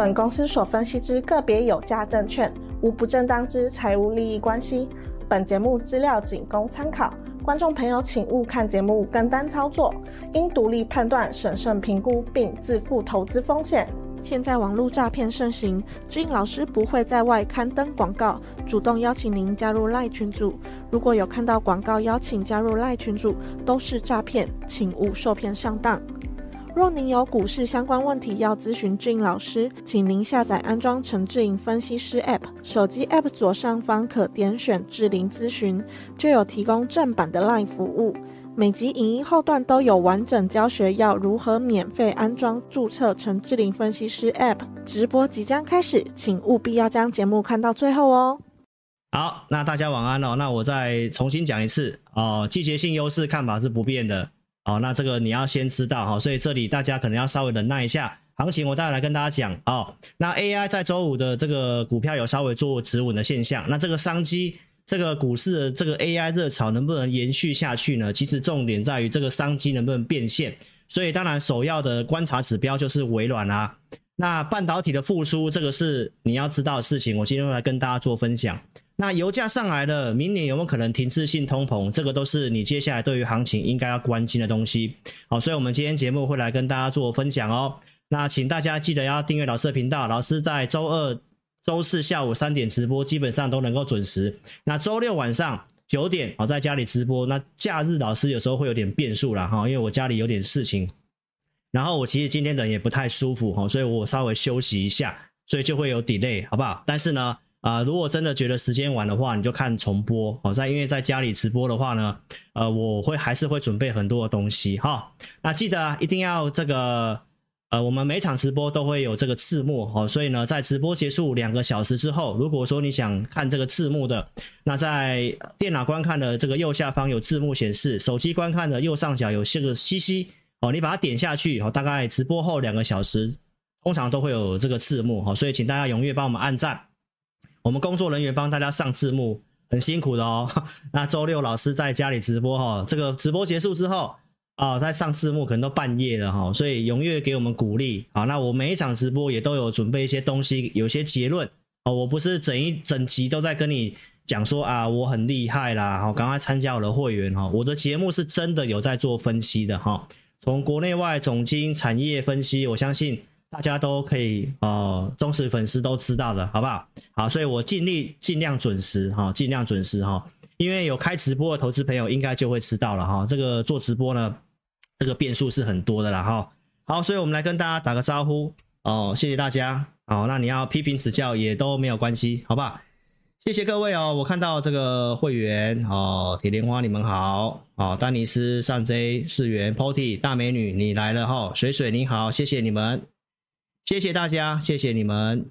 本公司所分析之个别有价证券，无不正当之财务利益关系。本节目资料仅供参考，观众朋友请勿看节目跟单操作，应独立判断、审慎评估并自负投资风险。现在网络诈骗盛行，志颖老师不会在外刊登广告，主动邀请您加入 LINE 群组。如果有看到广告邀请加入 LINE 群组，都是诈骗，请勿受骗上当。若您有股市相关问题要咨询志颖老师，请您下载安装陈志颖分析师 App， 手机 App 左上方可点选志玲咨询，就有提供正版的 LINE 服务。每集影音后段都有完整教学，要如何免费安装注册陈志玲分析师 App。 直播即将开始，请务必要将节目看到最后哦。 好，那大家晚安哦。那我再重新讲一次哦，季节性优势看法是不变的哦。那这个你要先知道哈，所以这里大家可能要稍微忍耐一下。行情我待会来跟大家讲哦。那 AI 在周五的这个股票有稍微做止稳的现象，那这个商机，这个股市的这个 AI 热潮能不能延续下去呢？其实重点在于这个商机能不能变现，所以当然首要的观察指标就是微软啊。那半导体的复苏，这个是你要知道的事情，我今天会来跟大家做分享。那油价上来了，明年有没有可能停滞性通膨，这个都是你接下来对于行情应该要关心的东西。好，所以我们今天节目会来跟大家做分享哦。那请大家记得要订阅老师的频道，老师在周二周四下午3点直播基本上都能够准时，那周六晚上9点在家里直播。那假日老师有时候会有点变数啦，因为我家里有点事情，然后我其实今天人也不太舒服，所以我稍微休息一下，所以就会有 delay 好不好？但是呢如果真的觉得时间晚的话，你就看重播因为在家里直播的话呢我还是会准备很多的东西那记得一定要这个我们每场直播都会有这个字幕所以呢在直播结束2个小时之后，如果说你想看这个字幕的，那在电脑观看的这个右下方有字幕显示，手机观看的右上角有这个CC你把它点下去大概直播后2个小时通常都会有这个字幕所以请大家踊跃帮我们按赞，我们工作人员帮大家上字幕很辛苦的那周六老师在家里直播这个直播结束之后在上字幕可能都半夜了所以踊跃给我们鼓励那我每一场直播也都有准备一些东西，有些结论我不是整集都在跟你讲说我很厉害啦赶快参加我的会员我的节目是真的有在做分析的从国内外总经产业分析，我相信大家都可以忠实粉丝都知道的好不好？好，所以我尽量准时尽量准时因为有开直播的投资朋友应该就会知道了这个做直播呢这个变数是很多的啦好，所以我们来跟大家打个招呼谢谢大家那你要批评指教也都没有关系好不好？谢谢各位我看到这个会员铁莲花你们好丹尼斯上 J 4元 Potty 大美女你来了水水你好，谢谢你们，谢谢大家，谢谢你们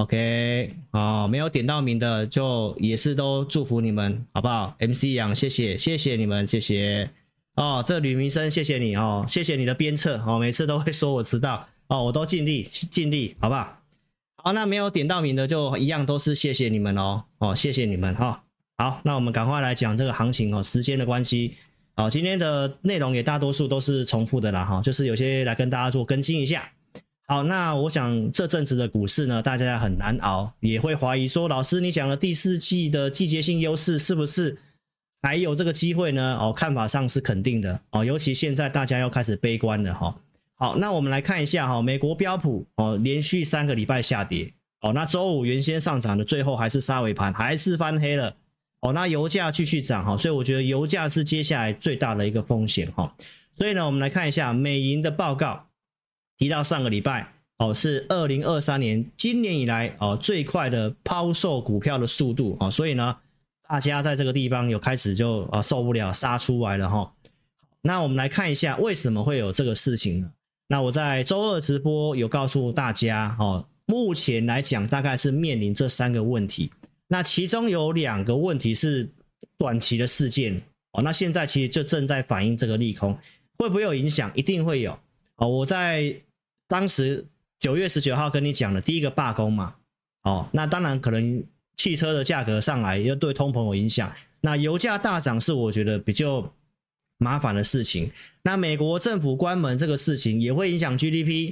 OK 没有点到名的就也是都祝福你们好不好？ MC 杨谢谢你们，谢谢这吕明生谢谢你谢谢你的鞭策每次都会说我迟到我都尽力好不好？好，那没有点到名的就一样都是谢谢你们谢谢你们好，那我们赶快来讲这个行情时间的关系今天的内容也大多数都是重复的啦就是有些来跟大家做更新一下。好，那我想这阵子的股市呢大家很难熬，也会怀疑说老师你讲的第4季的季节性优势是不是还有这个机会呢看法上是肯定的尤其现在大家又开始悲观了好，那我们来看一下美国标普连续3个礼拜下跌那周五原先上涨的最后还是杀尾盘，还是翻黑了那油价继续涨所以我觉得油价是接下来最大的一个风险所以呢我们来看一下美银的报告，提到上个礼拜是2023年今年以来最快的抛售股票的速度所以呢大家在这个地方有开始就受不了杀出来了那我们来看一下为什么会有这个事情呢？那我在周二直播有告诉大家目前来讲大概是面临这3个问题，那其中有2个问题是短期的事件那现在其实就正在反映这个利空，会不会有影响？一定会有我在当时9月19号跟你讲的第一个罢工嘛那当然可能汽车的价格上来又对通膨有影响，那油价大涨是我觉得比较麻烦的事情，那美国政府关门这个事情也会影响 GDP，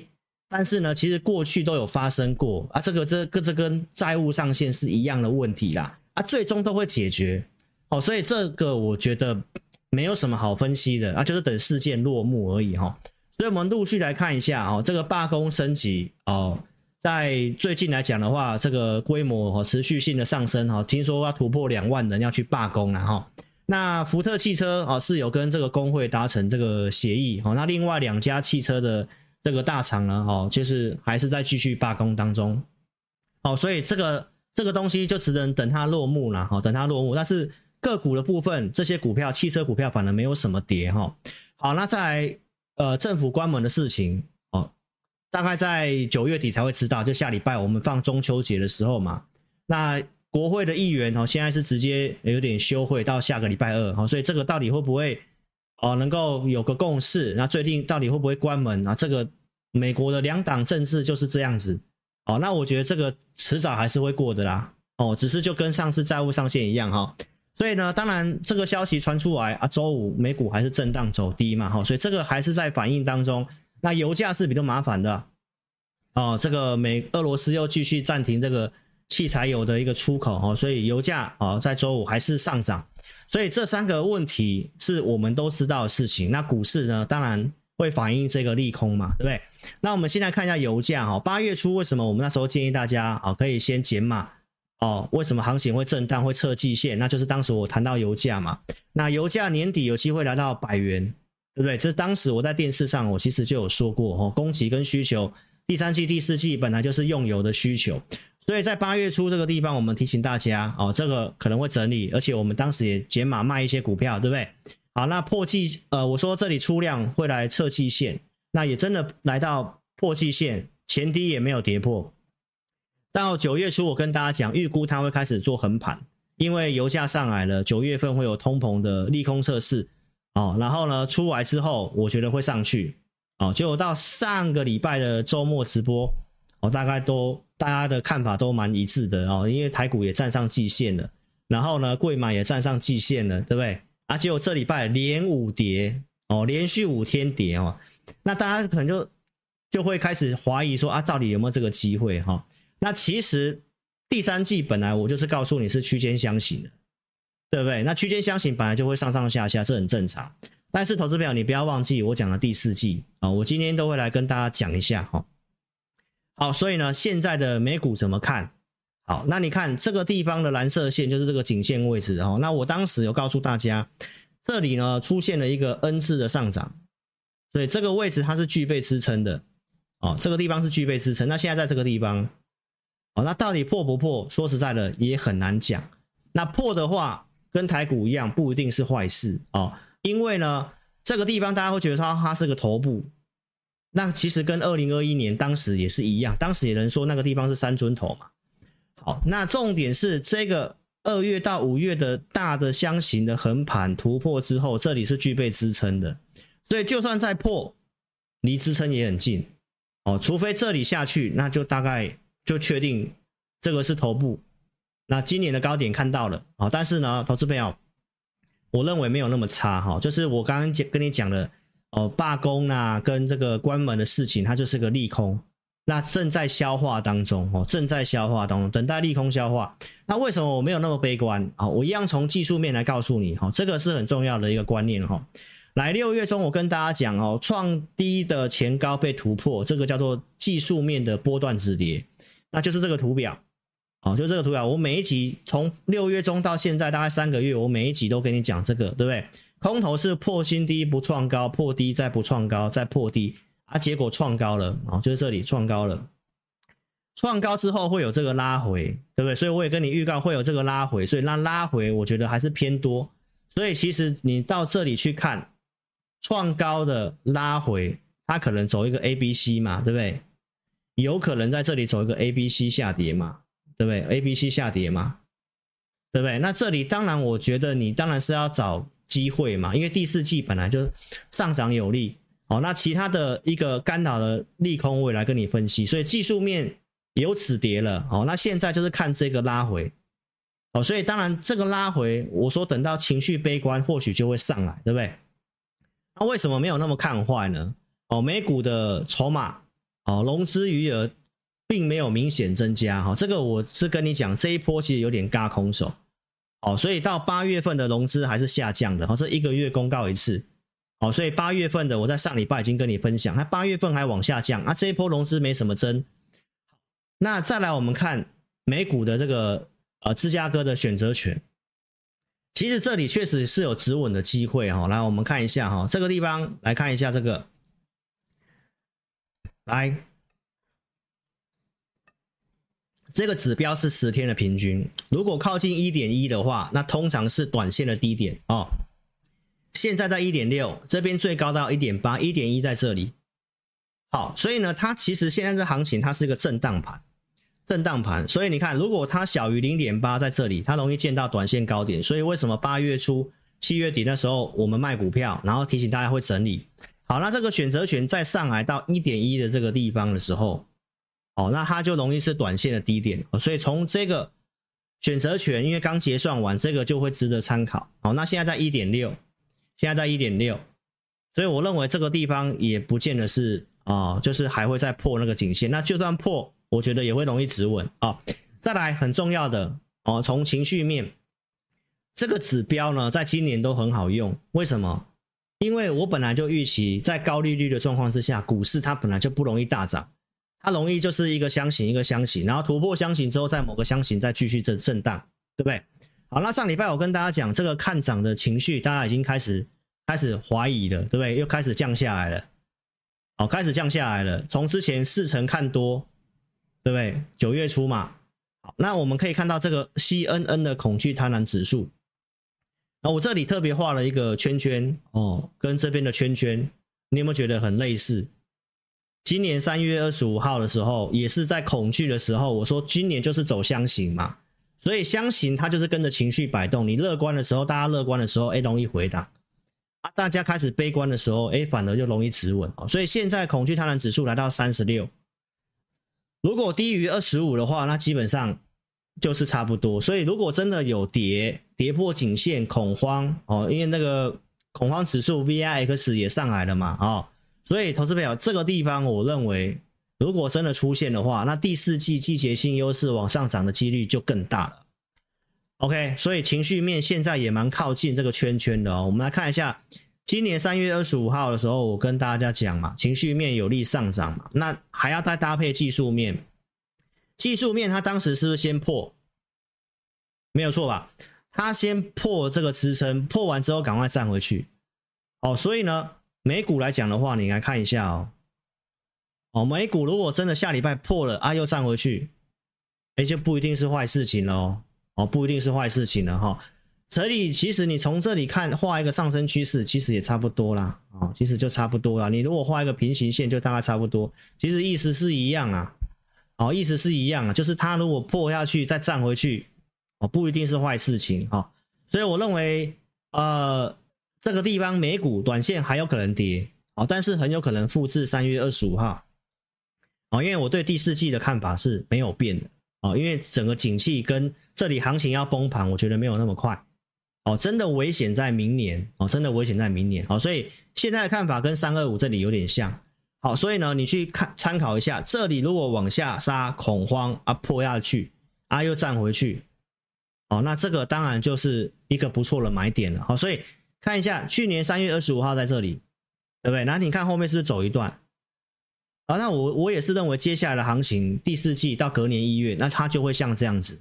但是呢，其实过去都有发生过啊，这跟债务上限是一样的问题啦，啊，最终都会解决。所以这个我觉得没有什么好分析的啊，就是等事件落幕而已哈。所以我们陆续来看一下这个罢工升级在最近来讲的话，这个规模持续性的上升听说要突破2万人要去罢工了那福特汽车是有跟这个工会达成这个协议那另外2家汽车的这个大厂呢就是还是在继续罢工当中所以这个东西就只能等它落幕啦等它落幕。但是个股的部分，这些股票汽车股票反而没有什么跌好，那再来政府关门的事情大概在9月底才会知道，就下礼拜我们放中秋节的时候嘛。那国会的议员现在是直接有点休会到下个礼拜2所以这个到底会不会能够有个共识，那最近到底会不会关门这个美国的2党政治就是这样子那我觉得这个迟早还是会过的啦只是就跟上次债务上限一样所以呢，当然这个消息传出来周五美股还是震荡走低嘛所以这个还是在反应当中。那油价是比较麻烦的这个俄罗斯又继续暂停这个汽柴油的一个出口所以油价在周五还是上涨。所以这3个问题是我们都知道的事情。那股市呢，当然会反映这个利空嘛，对不对？那我们先来看一下油价8月初为什么我们那时候建议大家可以先减码为什么行情会震荡会测季线，那就是当时我谈到油价嘛。那油价年底有机会来到100元，对不对？这是当时我在电视上我其实就有说过供给跟需求，第3季第4季本来就是用油的需求。所以在8月初这个地方我们提醒大家这个可能会整理，而且我们当时也减码卖一些股票，对不对？好，那破季我说这里出量会来测季线，那也真的来到破季线，前低也没有跌破。到9月初我跟大家讲预估它会开始做横盘，因为油价上来了，9月份会有通膨的利空测试然后呢出来之后我觉得会上去结果到上个礼拜的周末直播大概都大家的看法都蛮一致的因为台股也站上季线了，然后呢柜买也站上季线了，对不对结果这礼拜连5跌连续5天跌那大家可能就会开始怀疑说到底有没有这个机会那其实第3季本来我就是告诉你是区间箱型的，对不对？那区间箱型本来就会上上下下，这很正常。但是投资朋友你不要忘记我讲的第4季我今天都会来跟大家讲一下好，所以呢现在的美股怎么看？好，那你看这个地方的蓝色线就是这个颈线位置那我当时有告诉大家这里呢出现了一个 N 字的上涨，所以这个位置它是具备支撑的这个地方是具备支撑。那现在在这个地方那到底破不破？说实在的也很难讲。那破的话跟台股一样不一定是坏事因为呢这个地方大家会觉得它是个头部，那其实跟2021年当时也是一样，当时也能说那个地方是三尊头嘛。好，那重点是这个2月到5月的大的箱型的横盘突破之后，这里是具备支撑的，所以就算再破离支撑也很近除非这里下去，那就大概就确定这个是头部。那今年的高点看到了但是呢投资朋友我认为没有那么差就是我刚刚跟你讲的罢工跟这个关门的事情它就是个利空，那正在消化当中正在消化当中，等待利空消化。那为什么我没有那么悲观我一样从技术面来告诉你这个是很重要的一个观念来6月中我跟大家讲创低的前高被突破，这个叫做技术面的波段止跌，那就是这个图表就是这个图表。我每一集从6月中到现在大概3个月，我每一集都跟你讲这个，对不对？空头是破新低不创高，破低再不创高再破低结果创高了就是这里创高了，创高之后会有这个拉回，对不对？所以我也跟你预告会有这个拉回，所以那拉回我觉得还是偏多。所以其实你到这里去看创高的拉回，它可能走一个 ABC 嘛，对不对？有可能在这里走一个 ABC 下跌嘛，对不对？ ABC 下跌嘛，对不对？那这里当然我觉得你当然是要找机会嘛，因为第4季本来就上涨有利那其他的一个干扰的利空我也来跟你分析，所以技术面有止跌了那现在就是看这个拉回所以当然这个拉回我说等到情绪悲观或许就会上来，对不对？那为什么没有那么看坏呢美股的筹码融资余额并没有明显增加，这个我是跟你讲，这一波其实有点軋空手，所以到8月份的融资还是下降的，这1个月公告一次，所以8月份的我在上礼拜已经跟你分享，它8月份还往下降，这一波融资没什么增。那再来我们看美股的这个芝加哥的选择权，其实这里确实是有止稳的机会，来我们看一下这个地方来看一下这个，来这个指标是10天的平均，如果靠近 1.1 的话，那通常是短线的低点现在在 1.6， 这边最高到 1.8 1.1 在这里。好，所以呢它其实现在这行情它是一个震荡盘，所以你看如果它小于 0.8 在这里，它容易见到短线高点，所以为什么8月初7月底那时候我们卖股票，然后提醒大家会整理。好，那这个选择权再上来到 1.1 的这个地方的时候，那它就容易是短线的低点，所以从这个选择权因为刚结算完，这个就会值得参考。那现在在 1.6， 所以我认为这个地方也不见得是就是还会再破那个颈线，那就算破我觉得也会容易止稳。再来很重要的从情绪面，这个指标呢在今年都很好用，为什么？因为我本来就预期在高利率的状况之下，股市它本来就不容易大涨，它容易就是一个箱型一个箱型，然后突破箱型之后在某个箱型再继续震荡，对不对？好，那上礼拜我跟大家讲这个看涨的情绪大家已经开始怀疑了，对不对？又开始降下来了，开始降下来了，从之前40%看多，对不对？9月初嘛。好，那我们可以看到这个 CNN 的恐惧贪婪指数，我这里特别画了一个圈圈跟这边的圈圈，你有没有觉得很类似？今年3月25号的时候也是在恐惧的时候，我说今年就是走箱型嘛，所以箱型它就是跟着情绪摆动，你乐观的时候大家乐观的时候容易回档，大家开始悲观的时候反而就容易止稳，所以现在恐惧贪婪指数来到36，如果低于25的话，那基本上就是差不多。所以如果真的有跌破颈线恐慌因为那个恐慌指数 VIX 也上来了嘛所以投资朋友这个地方我认为如果真的出现的话，那第4季季节性优势往上涨的几率就更大了。OK， 所以情绪面现在也蛮靠近这个圈圈的我们来看一下今年3月25号的时候我跟大家讲嘛，情绪面有利上涨嘛，那还要再搭配技术面，技术面它当时是不是先破？没有错吧，它先破这个支撑，破完之后赶快站回去所以呢美股来讲的话，你来看一下美股如果真的下礼拜破了又站回去就不一定是坏事情了不一定是坏事情了这里其实你从这里看画一个上升趋势其实也差不多啦其实就差不多啦，你如果画一个平行线就大概差不多，其实意思是一样意思是一样就是它如果破下去再站回去不一定是坏事情所以我认为这个地方美股短线还有可能跌但是很有可能复制3月25号因为我对第4季的看法是没有变的因为整个景气跟这里行情要崩盘我觉得没有那么快真的危险在明年真的危险在明年所以现在的看法跟325这里有点像所以呢你去参考一下，这里如果往下杀恐慌破下去又站回去那这个当然就是一个不错的买点了所以看一下去年3月25号在这里，对不对？那你看后面是不是走一段那我也是认为接下来的行情第4季到隔年1月那它就会像这样子，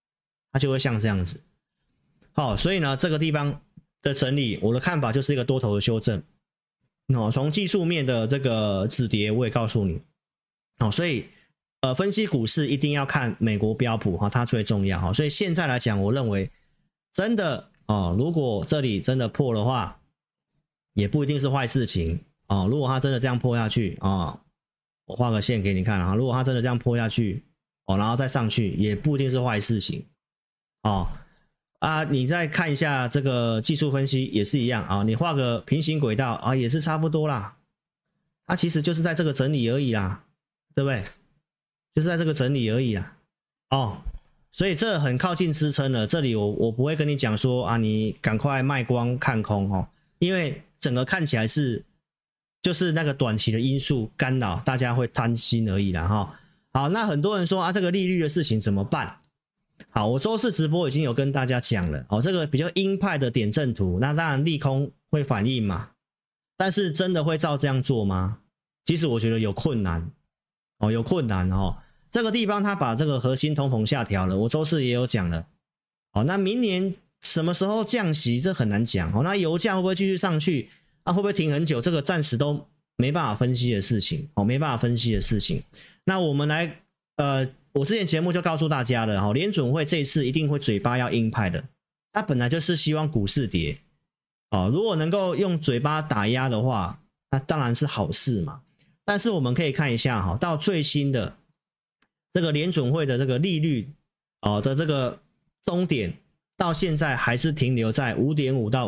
所以呢这个地方的整理我的看法就是一个多头的修正从技术面的这个止跌我也告诉你所以分析股市一定要看美国标普它最重要所以现在来讲我认为真的如果这里真的破的话也不一定是坏事情如果它真的这样破下去我画个线给你看如果它真的这样破下去然后再上去也不一定是坏事情你再看一下这个技术分析也是一样你画个平行轨道也是差不多啦，它其实就是在这个整理而已啦，对不对？就是在这个整理而已啦所以这很靠近支撑了，这里我不会跟你讲说你赶快卖光看空因为整个看起来是就是那个短期的因素干扰，大家会担心而已啦哈。好，那很多人说啊，这个利率的事情怎么办？好，我周四直播已经有跟大家讲了，这个比较鹰派的点阵图，那当然利空会反应嘛，但是真的会照这样做吗？其实我觉得有困难，有困难这个地方他把这个核心通膨下调了，我周四也有讲了，那明年什么时候降息这很难讲，那油价会不会继续上去会不会停很久，这个暂时都没办法分析的事情，没办法分析的事情。那我们来我之前节目就告诉大家了，联准会这一次一定会嘴巴要鹰派的，他本来就是希望股市跌，如果能够用嘴巴打压的话，那当然是好事嘛。但是我们可以看一下到最新的这个联准会的这个利率的这个终点，到现在还是停留在 5.5 到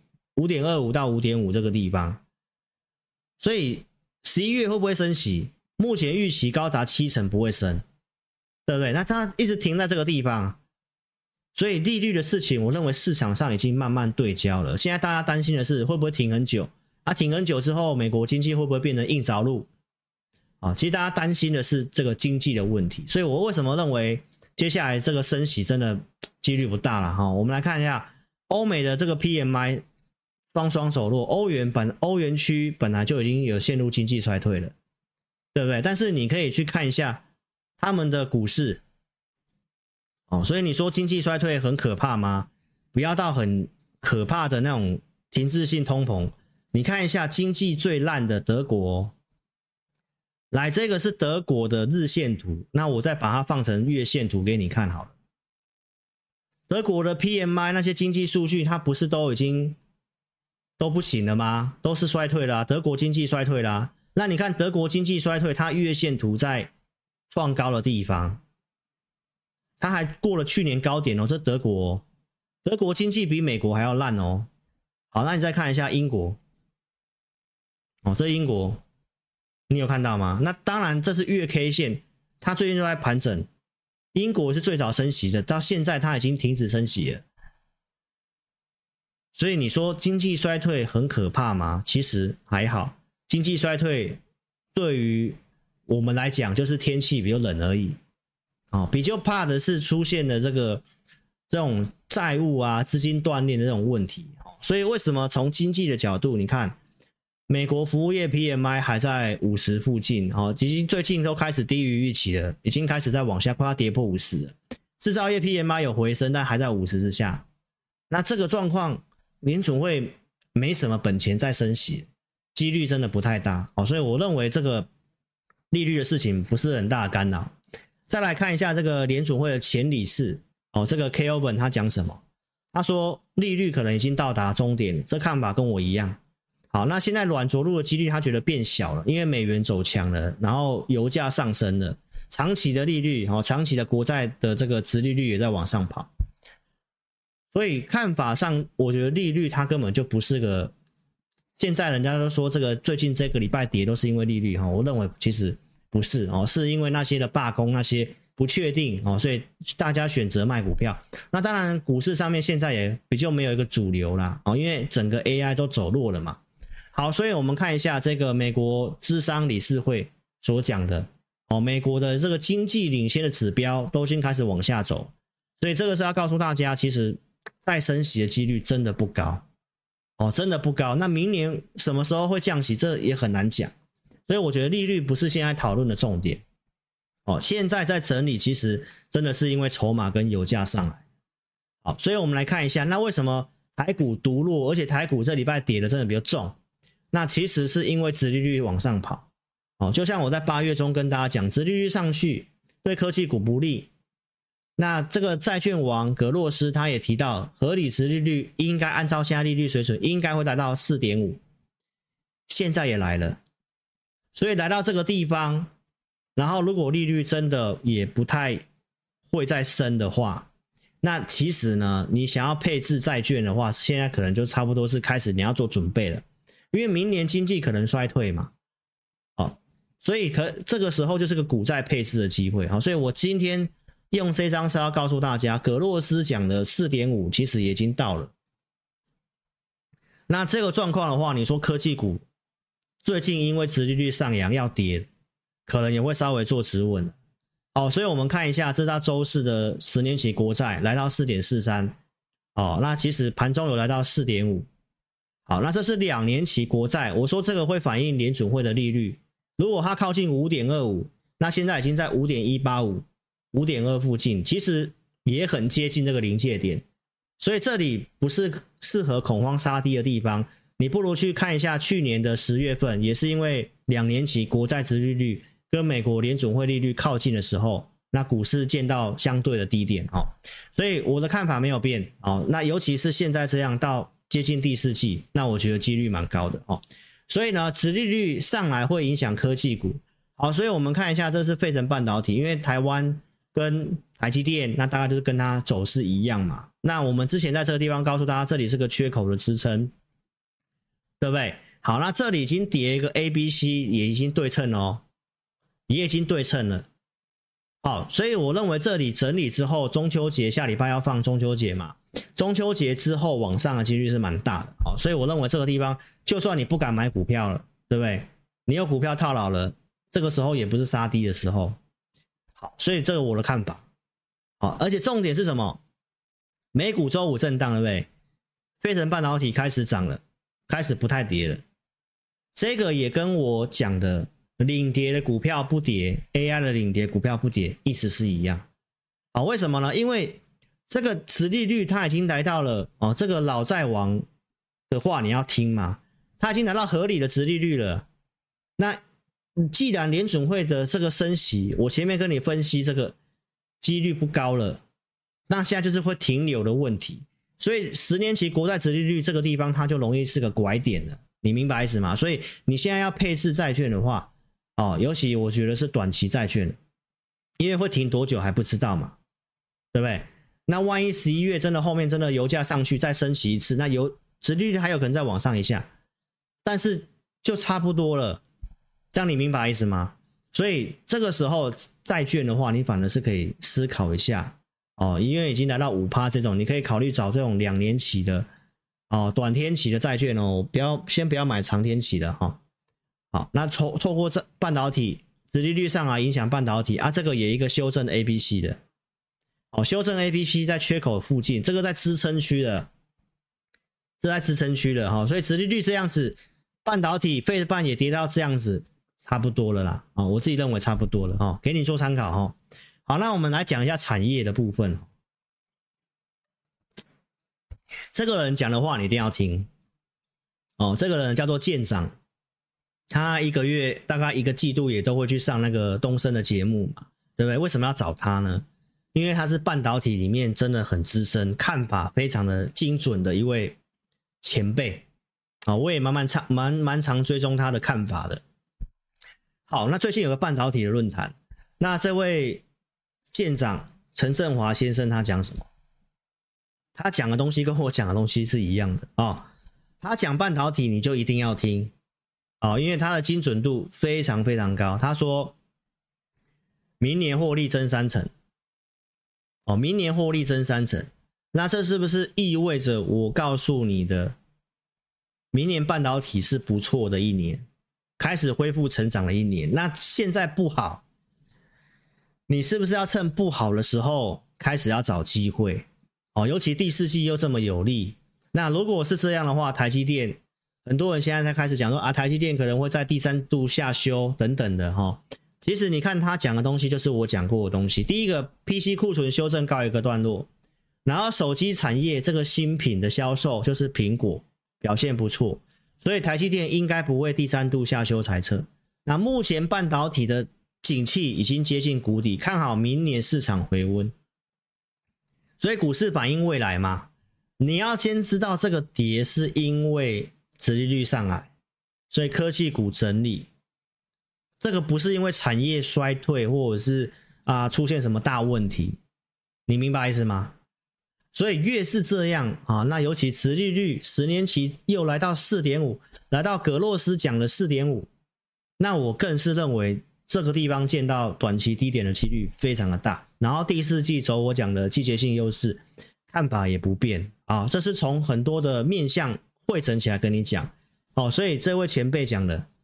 5.25 到 5.5 这个地方，所以11月会不会升息？目前预期高达70%不会升，对不对？那它一直停在这个地方，所以利率的事情我认为市场上已经慢慢对焦了。现在大家担心的是会不会停很久停很久之后美国经济会不会变成硬着陆其实大家担心的是这个经济的问题，所以我为什么认为接下来这个升息真的几率不大了我们来看一下欧美的这个 PMI 双走弱，欧元区本来就已经有陷入经济衰退了，对不对？但是你可以去看一下他们的股市所以你说经济衰退很可怕吗？不要到很可怕的那种停滞性通膨，你看一下经济最烂的德国来，这个是德国的日线图，那我再把它放成月线图给你看好了。德国的 PMI 那些经济数据它不是都已经都不行了吗？都是衰退啦，德国经济衰退啦。那你看德国经济衰退，它月线图在创高的地方，它还过了去年高点这德国德国经济比美国还要烂好，那你再看一下英国这英国你有看到吗？那当然这是月 K 线，它最近都在盘整，英国是最早升息的，到现在它已经停止升息了。所以你说经济衰退很可怕吗？其实还好，经济衰退对于我们来讲就是天气比较冷而已比较怕的是出现的这种债务资金断裂的这种问题所以为什么从经济的角度，你看美国服务业 PMI 还在50附近已经最近都开始低于预期了，已经开始在往下，快要跌破50了。制造业 PMI 有回升，但还在50之下。那这个状况联准会没什么本钱再升息，几率真的不太大所以我认为这个利率的事情不是很大的干扰。再来看一下这个联准会的前理事这个 K. Owen 他讲什么？他说利率可能已经到达终点，这看法跟我一样。好，那现在软着陆的几率他觉得变小了，因为美元走强了，然后油价上升了，长期的利率长期的国债的这个殖利率也在往上跑，所以看法上我觉得利率它根本就不是个，现在人家都说这个最近这个礼拜跌都是因为利率我认为其实不是是因为那些的罢工那些不确定所以大家选择卖股票。那当然股市上面现在也比较没有一个主流啦因为整个 AI 都走弱了嘛。好，所以我们看一下这个美国芝商理事会所讲的美国的这个经济领先的指标都已经开始往下走，所以这个是要告诉大家其实再升息的几率真的不高真的不高。那明年什么时候会降息这也很难讲，所以我觉得利率不是现在讨论的重点现在在整理其实真的是因为筹码跟油价上来。好，所以我们来看一下那为什么台股独弱，而且台股这礼拜跌的真的比较重，那其实是因为殖利率往上跑就像我在8月中跟大家讲，殖利率上去对科技股不利。那这个债券王格洛斯他也提到，合理殖利率应该按照现在利率水准应该会来到 4.5， 现在也来了，所以来到这个地方，然后如果利率真的也不太会再升的话，那其实呢你想要配置债券的话，现在可能就差不多是开始你要做准备了，因为明年经济可能衰退嘛所以这个时候就是个股债配置的机会所以我今天用这张是要告诉大家，葛洛斯讲的 4.5 其实也已经到了。那这个状况的话，你说科技股最近因为殖利率上扬要跌，可能也会稍微做止稳。所以我们看一下，这是它周四的10年期国债来到 4.43， 那其实盘中有来到 4.5。 好，那这是2年期国债，我说这个会反映联准会的利率，如果它靠近 5.25， 那现在已经在 5.185 5.2 附近，其实也很接近这个临界点，所以这里不是适合恐慌杀低的地方，你不如去看一下去年的10月份，也是因为2年期国债殖利率跟美国联准会利率靠近的时候，那股市见到相对的低点，所以我的看法没有变，那尤其是现在这样到接近第4季，那我觉得几率蛮高的，所以呢殖利率上来会影响科技股。好，所以我们看一下，这是费城半导体，因为台湾跟台积电那大概就是跟它走势一样嘛，那我们之前在这个地方告诉大家这里是个缺口的支撑，对不对？好，那这里已经跌一个 ABC 也已经对称了，也已经对称了。好，所以我认为这里整理之后，中秋节下礼拜要放中秋节嘛，中秋节之后往上的几率是蛮大的。好，所以我认为这个地方就算你不敢买股票了，对不对？你有股票套牢了，这个时候也不是杀低的时候。好，所以这个我的看法。好，而且重点是什么？美股周五震荡，对不对？费城半导体开始涨了，开始不太跌了。这个也跟我讲的领跌的股票不跌 ，AI 的领跌股票不跌，意思是一样。好，为什么呢？因为这个殖利率它已经来到了这个老债王的话你要听嘛，它已经来到合理的殖利率了。那既然联准会的这个升息，我前面跟你分析这个几率不高了，那现在就是会停留的问题。所以10年期国债殖利率这个地方它就容易是个拐点了，你明白意思吗？所以你现在要配置债券的话，尤其我觉得是短期债券，因为会停多久还不知道嘛，对不对？那万一11月真的后面真的油价上去再升息一次，那殖利率还有可能再往上一下，但是就差不多了，这样你明白意思吗？所以这个时候债券的话，你反而是可以思考一下因为已经来到 5% 这种，你可以考虑找这种2年期的短天期的债券先不要买长天期的好，那透过这半导体殖利率上影响半导体这个也一个修正 ABC 的修正 ABC 在缺口附近，这个在支撑区的，所以殖利率这样子，半导体费半也跌到这样子差不多了啦我自己认为差不多了给你做参考好，那我们来讲一下产业的部分这个人讲的话你一定要听这个人叫做舰长，他一个月大概1个季度也都会去上那个东升的节目嘛，对不对？为什么要找他呢？因为他是半导体里面真的很资深，看法非常的精准的一位前辈我也蛮常追踪他的看法的。好，那最近有个半导体的论坛，那这位舰长陈振华先生他讲什么？他讲的东西跟我讲的东西是一样的他讲半导体你就一定要听因为他的精准度非常非常高。他说明年获利增3成明年获利增3成，那这是不是意味着我告诉你的明年半导体是不错的一年，开始恢复成长的一年？那现在不好，你是不是要趁不好的时候开始要找机会尤其第4季又这么有利。那如果是这样的话，台积电很多人现在才开始讲说台积电可能会在第3度下修等等的其实你看他讲的东西就是我讲过的东西。第一个 PC 库存修正告一个段落，然后手机产业这个新品的销售就是苹果表现不错，所以台积电应该不会第3度下修财测。那目前半导体的景气已经接近谷底，看好明年市场回温，所以股市反映未来嘛，你要先知道这个跌是因为殖利率上来，所以科技股整理，这个不是因为产业衰退或者是出现什么大问题，你明白意思吗？所以越是这样那尤其殖利率10年期又来到 4.5， 来到葛洛斯讲的 4.5， 那我更是认为这个地方见到短期低点的几率非常的大。然后第4季走我讲的季节性优势看法也不变这是从很多的面向汇整起来跟你讲所以这位前辈讲的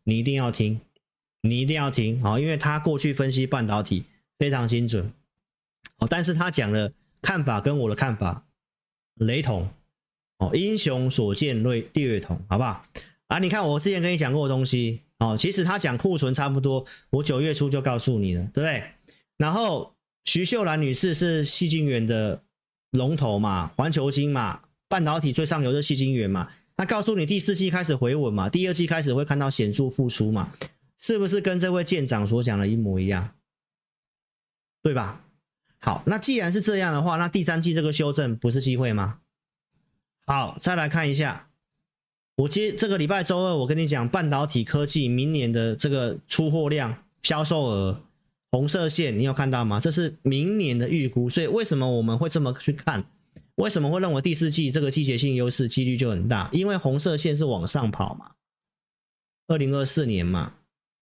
你一定要听，你一定要听，好，因为他过去分析半导体非常精准，但是他讲的看法跟我的看法雷同，英雄所见略同，好不好？啊，你看我之前跟你讲过的东西，其实他讲库存差不多，我9月初就告诉你了，对不对？然后徐秀兰女士是矽晶圆的龙头嘛，环球晶嘛，半导体最上游是矽晶圆嘛，他告诉你第4季开始回稳嘛，第2季开始会看到显著复苏嘛，是不是跟这位舰长所讲的一模一样？对吧？好，那既然是这样的话，那第3季这个修正不是机会吗？好，再来看一下，我这个礼拜周二我跟你讲半导体科技明年的这个出货量、销售额，红色线你有看到吗？这是明年的预估，所以为什么我们会这么去看？为什么会认为第4季这个季节性优势几率就很大？因为红色线是往上跑嘛，2024年嘛，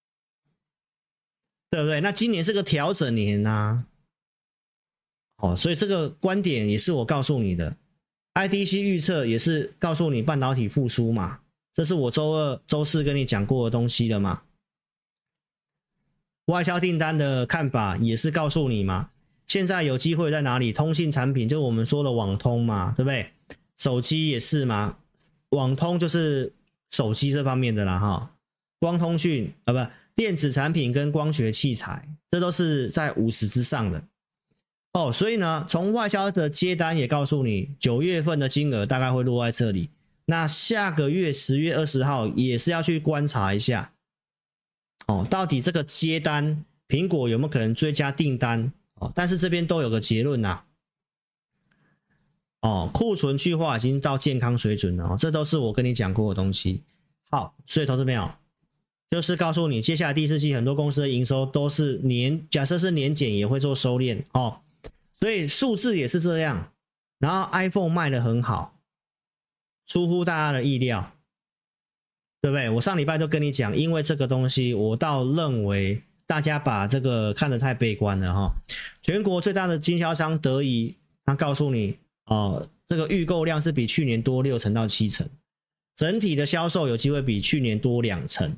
对不对？那今年是个调整年啊，所以这个观点也是我告诉你的 ，IDC 预测也是告诉你半导体复苏嘛，这是我周2、周4跟你讲过的东西了嘛。外销订单的看法也是告诉你嘛，现在有机会在哪里？通信产品就是我们说的网通嘛，对不对？手机也是嘛，网通就是手机这方面的啦哈，光通讯不电子产品跟光学器材，这都是在50之上的所以呢，从外销的接单也告诉你，9月份的金额大概会落在这里。那下个月10月20号也是要去观察一下到底这个接单苹果有没有可能追加订单但是这边都有个结论啊库存去化已经到健康水准了这都是我跟你讲过的东西。好，所以投资朋友就是告诉你，接下来第4季很多公司的营收都是假设是年减也会做收敛所以数字也是这样。然后 iPhone 卖得很好，出乎大家的意料，对不对？我上礼拜就跟你讲，因为这个东西我倒认为大家把这个看得太悲观了全国最大的经销商德仪他告诉你这个预购量是比去年多6成到7成，整体的销售有机会比去年多2成。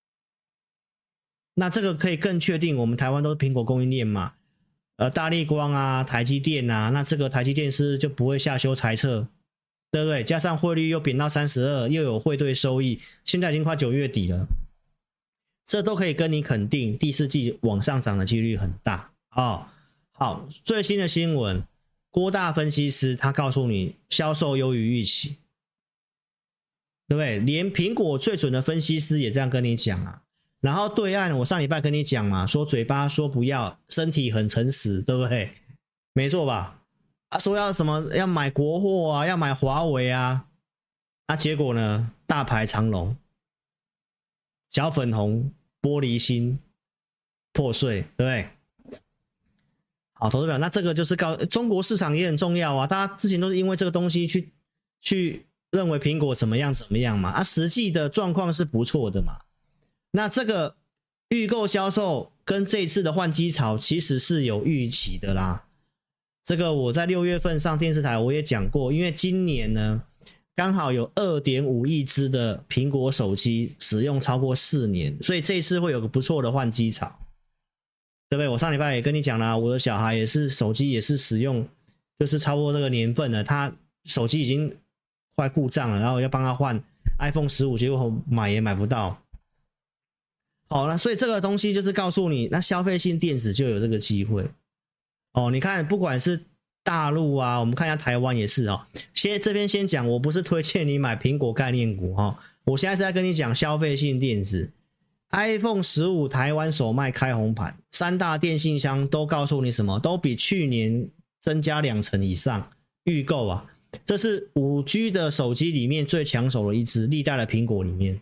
那这个可以更确定我们台湾都是苹果供应链嘛，大立光啊，台积电啊，那这个台积电是就不会下修财测，对不对？加上汇率又贬到32，又有汇兑收益，现在已经快9月底了，这都可以跟你肯定第4季往上涨的几率很大好，最新的新闻，郭大分析师他告诉你销售优于预期，对不对？连苹果最准的分析师也这样跟你讲啊。然后对岸我上礼拜跟你讲嘛，说嘴巴说不要，身体很诚实，对不对？没错吧？说要什么要买国货啊，要买华为啊，结果呢，大排长龙，小粉红玻璃心破碎，对不对？好，投资者，那这个就是中国市场也很重要啊，大家之前都是因为这个东西去认为苹果怎么样嘛，实际的状况是不错的嘛。那这个预购销售跟这一次的换机潮其实是有预期的啦。这个我在6月份上电视台我也讲过，因为今年呢刚好有 2.5 亿只的苹果手机使用超过4年，所以这一次会有个不错的换机潮，对不对？我上礼拜也跟你讲啦，我的小孩也是手机也是使用就是超过这个年份了，他手机已经快故障了，然后要帮他换 iPhone 15，结果买也买不到。好了，所以这个东西就是告诉你，那消费性电子就有这个机会你看不管是大陆啊，我们看一下台湾也是这边先讲，我不是推荐你买苹果概念股我现在是在跟你讲消费性电子。iPhone 15台湾首卖开红盘，3大电信商都告诉你什么，都比去年增加2成以上预购啊，这是 5G 的手机里面最抢手的一支，历代的苹果里面。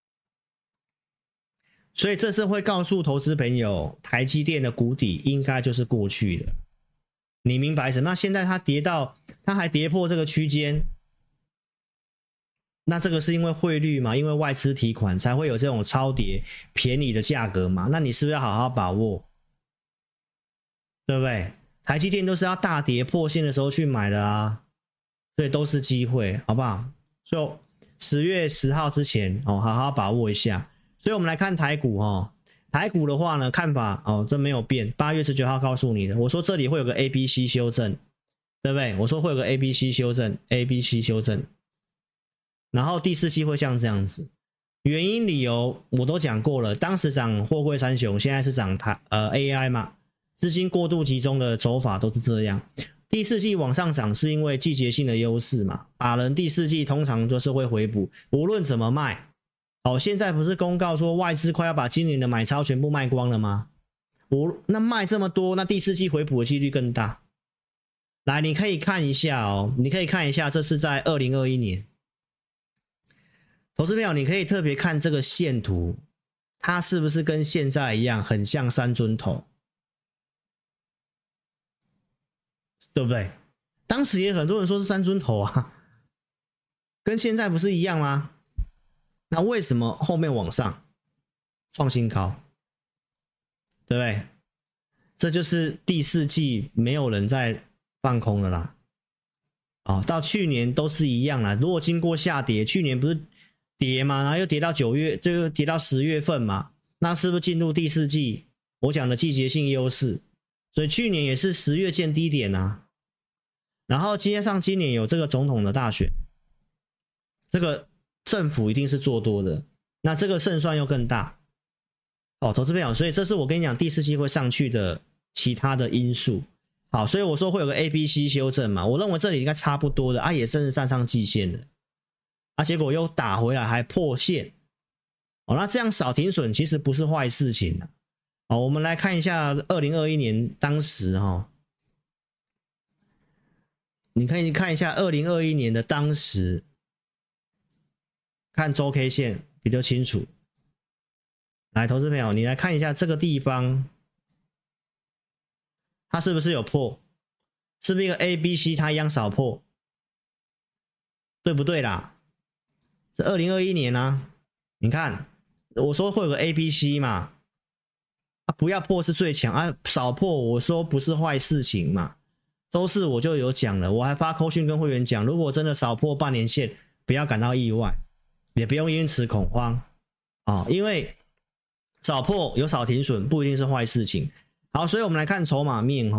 所以这是会告诉投资朋友，台积电的谷底应该就是过去了，你明白什么？那现在它还跌破这个区间，那这个是因为汇率嘛，因为外资提款才会有这种超跌便宜的价格嘛，那你是不是要好好把握，对不对？台积电都是要大跌破线的时候去买的啊，所以都是机会，好不好？所以10月10号之前好好把握一下。 所以我们来看台股哦，台股的话呢，看法哦，这没有变。8月19号告诉你的，我说这里会有个 ABC 修正，对不对？我说会有个 ABC 修正 ，ABC 修正，然后第4季会像这样子。原因理由我都讲过了，当时涨货柜三雄，现在是涨AI 嘛，资金过度集中的走法都是这样。第4季往上涨是因为季节性的优势嘛，法人第4季通常就是会回补，无论怎么卖。现在不是公告说外资快要把今年的买超全部卖光了吗？那卖这么多，那第4季回补的几率更大。来，你可以看一下哦，你可以看一下，这是在2021年。投资朋友，你可以特别看这个线图，它是不是跟现在一样很像三尊头，对不对？当时也很多人说是三尊头啊，跟现在不是一样吗？那为什么后面往上创新高，对不对？这就是第4季没有人在放空了啦。到去年都是一样啦，如果经过下跌，去年不是跌嘛，然后又跌到9月，就跌到10月份嘛，那是不是进入第4季我讲的季节性优势？所以去年也是10月见低点啊，然后接上今年有这个总统的大选，这个政府一定是做多的，那这个胜算又更大投资朋友，所以这是我跟你讲第4季会上去的其他的因素。好，所以我说会有个 ABC 修正嘛，我认为这里应该差不多的也甚至站上季线了结果又打回来还破线那这样少停损其实不是坏事情我们来看一下2021年当时你可以看一下2021年的当时，看周 K 线比较清楚。来，投资朋友，你来看一下这个地方，它是不是有破？是不是一个 ABC 它一样少破？对不对啦？这2021年啊，你看我说会有个 ABC 嘛，不要破是最强少破我说不是坏事情嘛。周四我就有讲了，我还发扣讯跟会员讲，如果真的少破半年线，不要感到意外，也不用因此恐慌因为少破有少停损不一定是坏事情。好，所以我们来看筹码面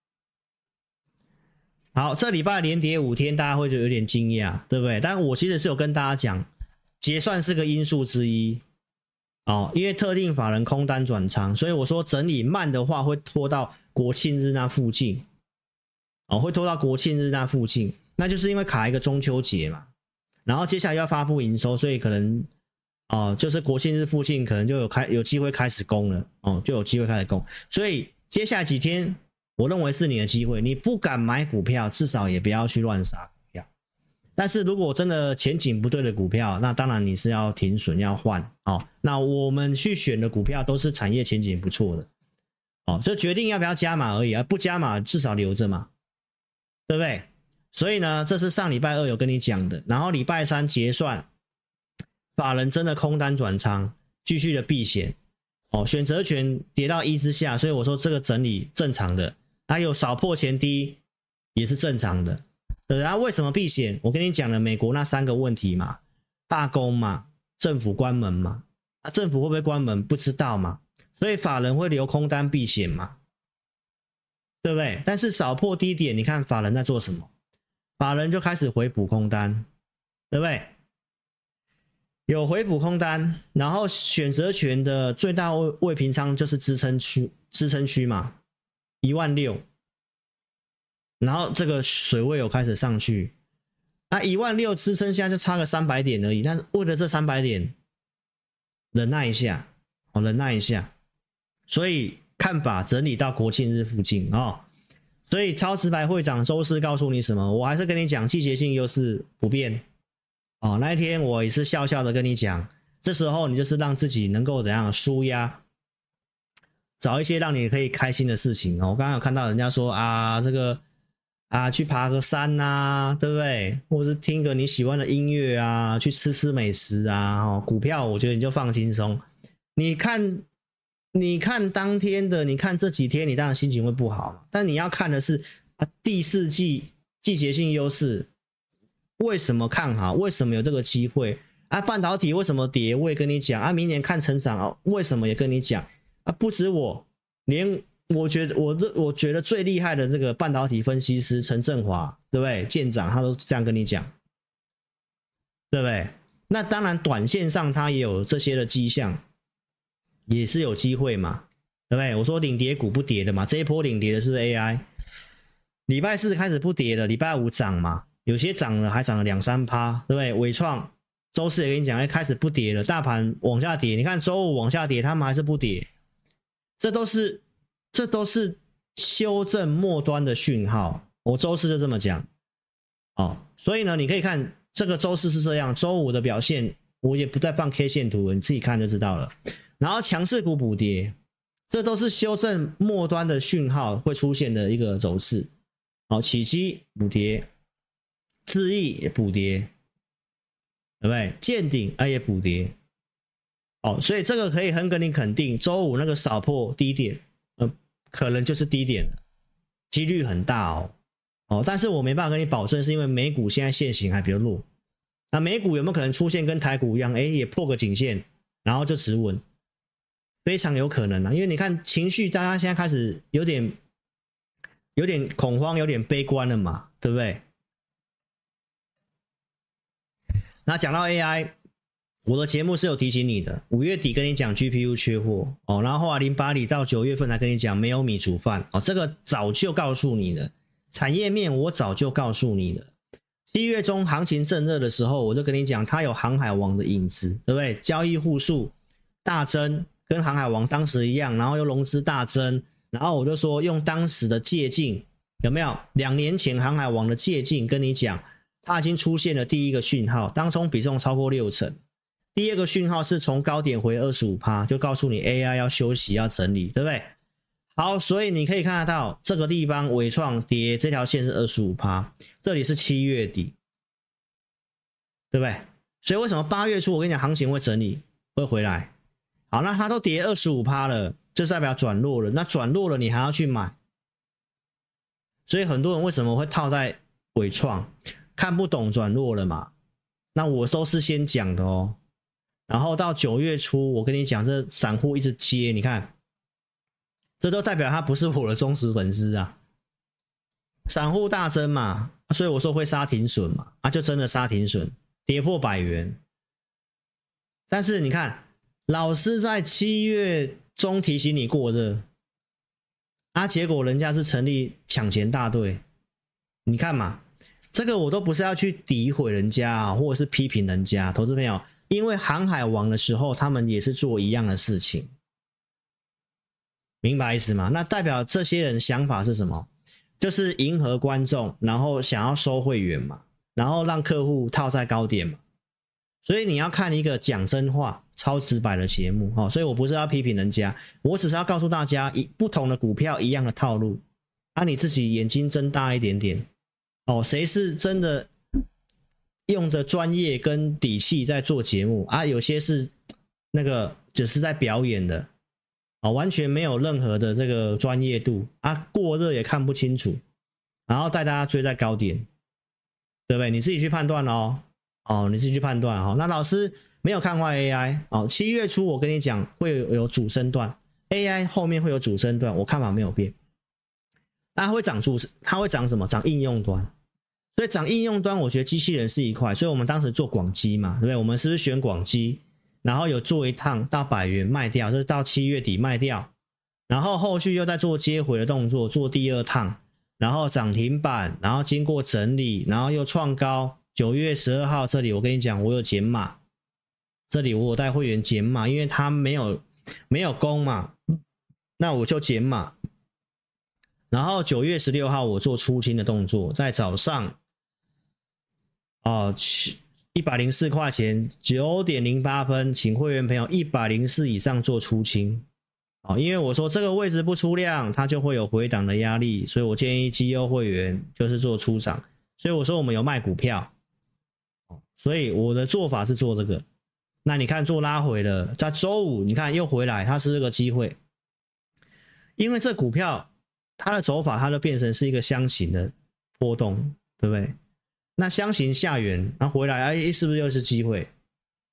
好，这礼拜连跌5天，大家会觉得有点惊讶，对不对？但我其实是有跟大家讲，结算是个因素之一因为特定法人空单转仓，所以我说整理慢的话会拖到国庆日那附近会拖到国庆日那附近，那就是因为卡一个中秋节嘛，然后接下来要发布营收，所以可能就是国庆日附近可能就有机会开始攻了就有机会开始攻，所以接下来几天我认为是你的机会，你不敢买股票，至少也不要去乱杀股票。但是如果真的前景不对的股票，那当然你是要停损要换那我们去选的股票都是产业前景不错的就决定要不要加码而已不加码至少留着嘛，对不对？所以呢，这是上礼拜2有跟你讲的，然后礼拜3结算，法人真的空单转仓，继续的避险选择权跌到1之下，所以我说这个整理正常的，还有少破前低也是正常的。然后为什么避险？我跟你讲了美国那3个问题嘛，罢工嘛，政府关门嘛，政府会不会关门不知道嘛，所以法人会留空单避险嘛，对不对？但是少破低点，你看法人在做什么？法人就开始回补空单，对不对？有回补空单，然后选择权的最大未平仓就是支撑区嘛，16000，然后这个水位有开始上去，那16000支撑现在就差个300点而已，但是为了这300点忍耐一下忍耐一下，所以看法整理到国庆日附近所以超直白会长周四告诉你什么？我还是跟你讲季节性优势不变那一天我也是笑笑的跟你讲，这时候你就是让自己能够怎样抒压，找一些让你可以开心的事情我刚刚有看到人家说这个去爬个山对不对？或者是听个你喜欢的音乐去吃美食股票我觉得你就放轻松。你看当天的，你看这几天你当然心情会不好，但你要看的是第4季季节性优势为什么看好，为什么有这个机会啊，半导体为什么跌？我也跟你讲啊，明年看成长啊，为什么也跟你讲啊？不止我，连我觉得最厉害的这个半导体分析师陈振华，对不对？舰长他都这样跟你讲，对不对？那当然，短线上他也有这些的迹象，也是有机会嘛，对不对？我说领跌股不跌的嘛，这一波领跌的是不是 AI？ 礼拜四开始不跌了，礼拜五涨嘛，有些涨了还涨了2-3%，对不对？伟创周四也跟你讲，开始不跌了，大盘往下跌，你看周五往下跌，他们还是不跌，这都是修正末端的讯号。我周四就这么讲，所以呢，你可以看这个周四是这样，周五的表现我也不再放 K 线图了，你自己看就知道了。然后强势股补跌，这都是修正末端的讯号会出现的一个走势。启基补跌，智毅也补跌，对不对？见顶也补跌，所以这个可以很跟你肯定，周五那个扫破低点，可能就是低点了，几率很大但是我没办法跟你保证，是因为美股现在线型还比较弱。那美股有没有可能出现跟台股一样，也破个颈线，然后就止稳？非常有可能因为你看情绪，大家现在开始有点恐慌，有点悲观了嘛，对不对？那讲到 AI， 我的节目是有提醒你的，5月底跟你讲 GPU 缺货然后后来08里到9月份才跟你讲没有米煮饭这个早就告诉你了，产业面我早就告诉你了。7月中行情正热的时候，我就跟你讲它有航海王的影子，对不对？交易户数大增，跟航海王当时一样，然后又融资大增，然后我就说用当时的借镜，有没有2年前航海王的借镜跟你讲，它已经出现了第一个讯号，当冲比重超过60%。第二个讯号是从高点回 25%， 就告诉你 AI 要休息要整理，对不对？好，所以你可以看得到这个地方伟创跌，这条线是 25%， 这里是7月底，对不对？所以为什么8月初我跟你讲行情会整理会回来？好，那它都跌 25% 了，就是代表转弱了，那转弱了你还要去买，所以很多人为什么会套在伟创，看不懂转弱了嘛？那我都是先讲的然后到9月初我跟你讲，这散户一直接，你看这都代表他不是我的忠实粉丝啊，散户大增嘛，所以我说会杀停损嘛，就真的杀停损，跌破100元。但是你看老师在7月中提醒你过热结果人家是成立抢钱大队，你看嘛，这个我都不是要去诋毁人家或者是批评人家，投资朋友，因为航海王的时候他们也是做一样的事情，明白意思吗？那代表这些人想法是什么？就是迎合观众，然后想要收会员嘛，然后让客户套在高点嘛。所以你要看一个讲真话超直白的节目所以我不是要批评人家，我只是要告诉大家不同的股票一样的套路你自己眼睛睁大一点点谁是真的用着专业跟底气在做节目有些是那个只是在表演的完全没有任何的这个专业度过热也看不清楚，然后带大家追在高点，对不对？你自己去判断你自己去判断那老师没有看坏 AI 7月初我跟你讲会有主升段 AI 后面会有主升段，我看法没有变。那它会涨什么？涨应用端。所以涨应用端我觉得机器人是一块，所以我们当时做广基嘛，对不对？我们是不是选广基，然后有做一趟到100元卖掉，就是到7月底卖掉，然后后续又在做接回的动作，做第2趟，然后涨停板，然后经过整理，然后又创高。9月12号这里我跟你讲我有减码，这里我有带会员减码，因为他没有攻嘛，那我就减码。然后9月16号我做出清的动作，在早上104块钱 9:08 分请会员朋友104以上做出清因为我说这个位置不出量它就会有回档的压力，所以我建议绩优会员就是做出场，所以我说我们有卖股票所以我的做法是做这个。那你看做拉回了，在周五你看又回来，它是这个机会，因为这股票它的走法它就变成是一个箱型的波动，对不对？那箱型下缘然后回来是不是又是机会？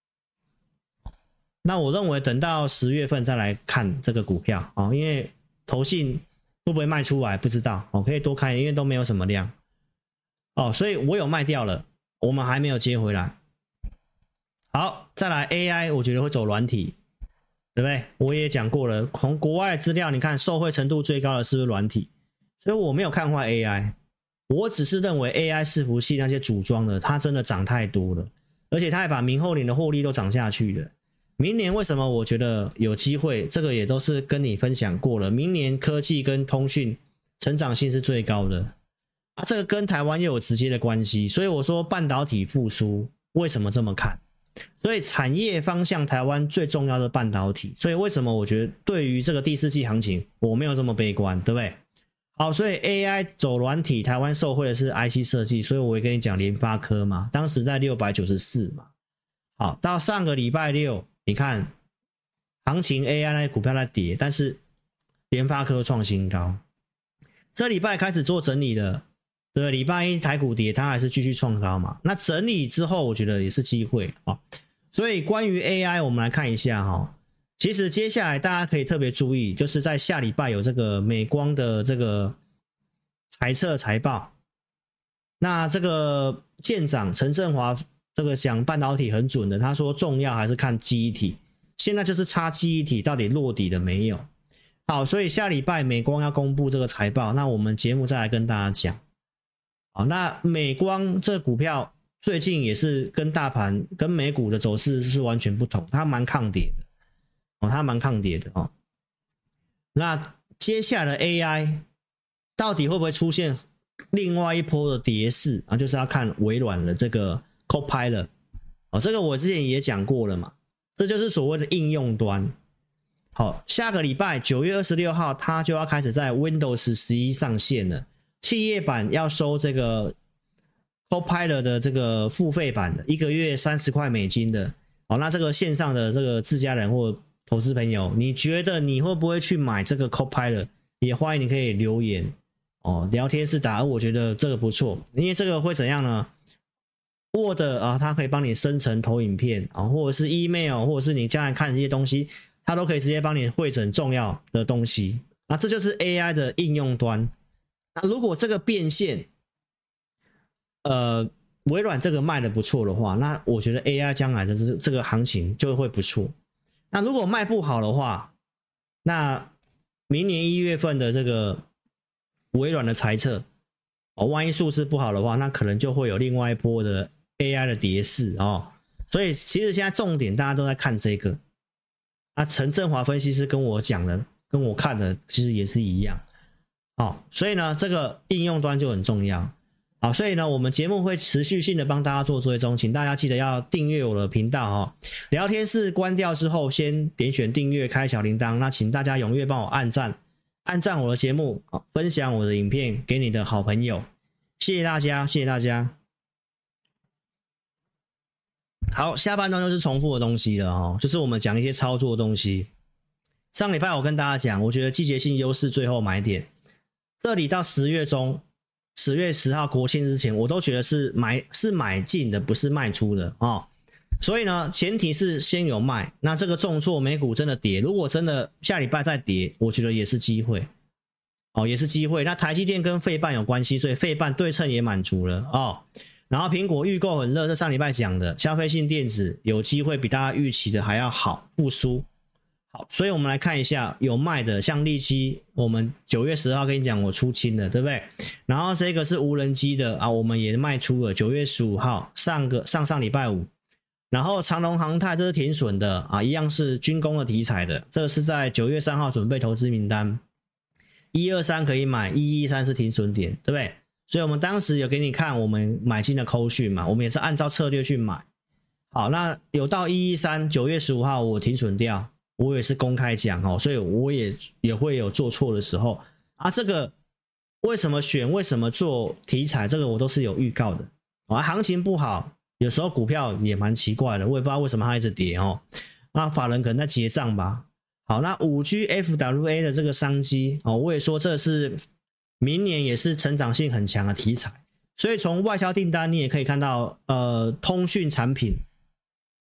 那我认为等到10月份再来看这个股票哦，因为投信会不会卖出来不知道哦，可以多看，因为都没有什么量哦，所以我有卖掉了，我们还没有接回来。好，再来 AI， 我觉得会走软体，对不对？我也讲过了，从国外的资料你看，受惠程度最高的是不是软体？所以我没有看坏 AI， 我只是认为 AI 伺服器那些组装的，它真的涨太多了，而且它还把明后年的获利都涨下去了。明年为什么我觉得有机会？这个也都是跟你分享过了。明年科技跟通讯成长性是最高的啊，这个跟台湾又有直接的关系。所以我说半导体复苏为什么这么看？所以产业方向台湾最重要的半导体。所以为什么我觉得对于这个第4季行情我没有这么悲观，对不对？好，所以 AI 走软体，台湾受惠的是 IC 设计，所以我也跟你讲联发科嘛，当时在694嘛。好，到上个礼拜六。你看行情 AI 那些股票在跌，但是联发科创新高，这礼拜开始做整理了，对不对？礼拜一台股跌，它还是继续创高嘛。那整理之后我觉得也是机会啊。所以关于 AI 我们来看一下哈，其实接下来大家可以特别注意，就是在下礼拜有这个美光的这个财报，那这个舰长陈振华这个讲半导体很准的，他说重要还是看记忆体，现在就是差记忆体到底落底了没有。好，所以下礼拜美光要公布这个财报，那我们节目再来跟大家讲。好，那美光这股票最近也是跟大盘跟美股的走势是完全不同，它蛮抗跌的哦，它蛮抗跌的哦。那接下来的 AI 到底会不会出现另外一波的跌势啊？就是要看微软的这个Copilot 哦，这个我之前也讲过了嘛，这就是所谓的应用端。好，下个礼拜9月26号，它就要开始在 Windows 11上线了，企业版要收这个 Copilot 的这个付费版的，1个月30块美金的。好，那这个线上的这个自家人或投资朋友，你觉得你会不会去买这个 Copilot？ 也欢迎你可以留言哦，聊天室打，我觉得这个不错，因为这个会怎样呢？Word 啊，它可以帮你生成投影片啊，或者是 email， 或者是你将来看这些东西，它都可以直接帮你汇整重要的东西。那这就是 AI 的应用端。那如果这个变现，微软这个卖的不错的话，那我觉得 AI 将来的这个行情就会不错。那如果卖不好的话，那明年1月份的这个微软的财测，哦，万一数字不好的话，那可能就会有另外一波的 AI 的跌势哦，所以其实现在重点大家都在看这个。啊，陈振华分析师跟我讲的，跟我看的其实也是一样。好，所以呢，这个应用端就很重要。好，所以呢，我们节目会持续性的帮大家做追踪，请大家记得要订阅我的频道哦。聊天室关掉之后，先点选订阅，开小铃铛。那请大家踊跃帮我按赞我的节目，分享我的影片给你的好朋友。谢谢大家，谢谢大家。好，下半段就是重复的东西了哦，就是我们讲一些操作的东西。上礼拜我跟大家讲，我觉得季节性优势最后买点，这里到10月中，10月10号国庆之前，我都觉得是买进的，不是卖出的哦。所以呢，前提是先有卖。那这个重挫美股真的跌，如果真的下礼拜再跌，我觉得也是机会哦，也是机会。那台积电跟费半有关系，所以费半对称也满足了哦。然后苹果预购很热，这上礼拜讲的消费性电子有机会比大家预期的还要好复苏。好，所以我们来看一下有卖的，像力基，我们9月10号跟你讲我出清了，对不对？然后这个是无人机的啊，我们也卖出了9月15号，上礼拜五。然后长荣航太这是停损的啊，一样是军工的题材的，这是在9月3号准备投资名单，123可以买，113是停损点，对不对？所以我们当时有给你看我们买进的扣讯嘛，我们也是按照策略去买。好，那有到113 9月15号我停损掉，我也是公开讲哦，所以我也会有做错的时候啊。这个为什么选，为什么做题材，这个我都是有预告的啊。行情不好，有时候股票也蛮奇怪的，我也不知道为什么它一直跌哦。那法人可能在结账吧。好，那 5G FWA 的这个商机哦，我也说这是明年也是成长性很强的题材，所以从外销订单你也可以看到通讯产品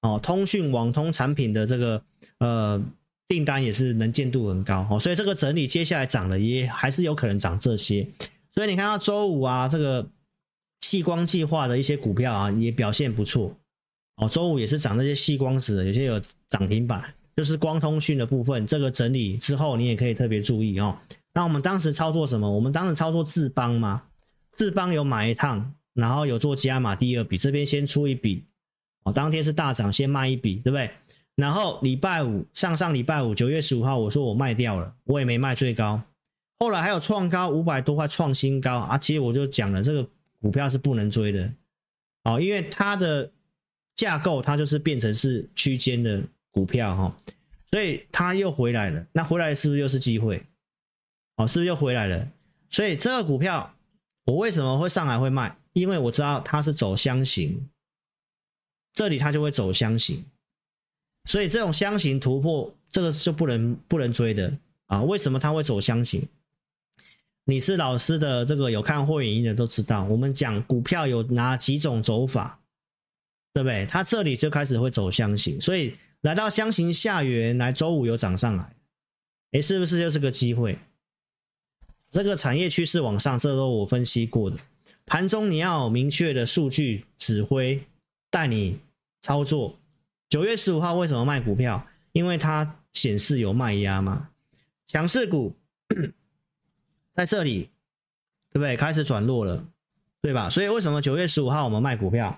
哦，通讯网通产品的这个订单也是能见度很高哦，所以这个整理接下来涨的也还是有可能涨这些。所以你看到周五啊，这个矽光计划的一些股票啊也表现不错哦，周五也是涨那些矽光子的，有些有涨停板，就是光通讯的部分，这个整理之后你也可以特别注意哦。那我们当时操作什么？我们当时操作智邦嘛，智邦有买一趟，然后有做加码第二笔，这边先出一笔哦，当天是大涨，先卖一笔，对不对？然后礼拜五上礼拜五9月15号，我说我卖掉了，我也没卖最高，后来还有创高500多块创新高啊，其实我就讲了，这个股票是不能追的哦，因为它的架构它就是变成是区间的股票哈，所以它又回来了，那回来是不是又是机会？哦，是不是又回来了？所以这个股票我为什么会上来会卖？因为我知道它是走箱型，这里它就会走箱型，所以这种箱型突破，这个就不能追的啊。为什么它会走箱型？你是老师的这个有看会员营的都知道，我们讲股票有哪几种走法，对不对？它这里就开始会走箱型，所以来到箱型下缘，来周五有涨上来，诶，是不是就是个机会？这个产业趋势往上，这都我分析过的。盘中你要有明确的数据指挥带你操作。9月15号为什么卖股票？因为它显示有卖压嘛，强势股在这里，对不对？开始转弱了，对吧？所以为什么9月15号我们卖股票？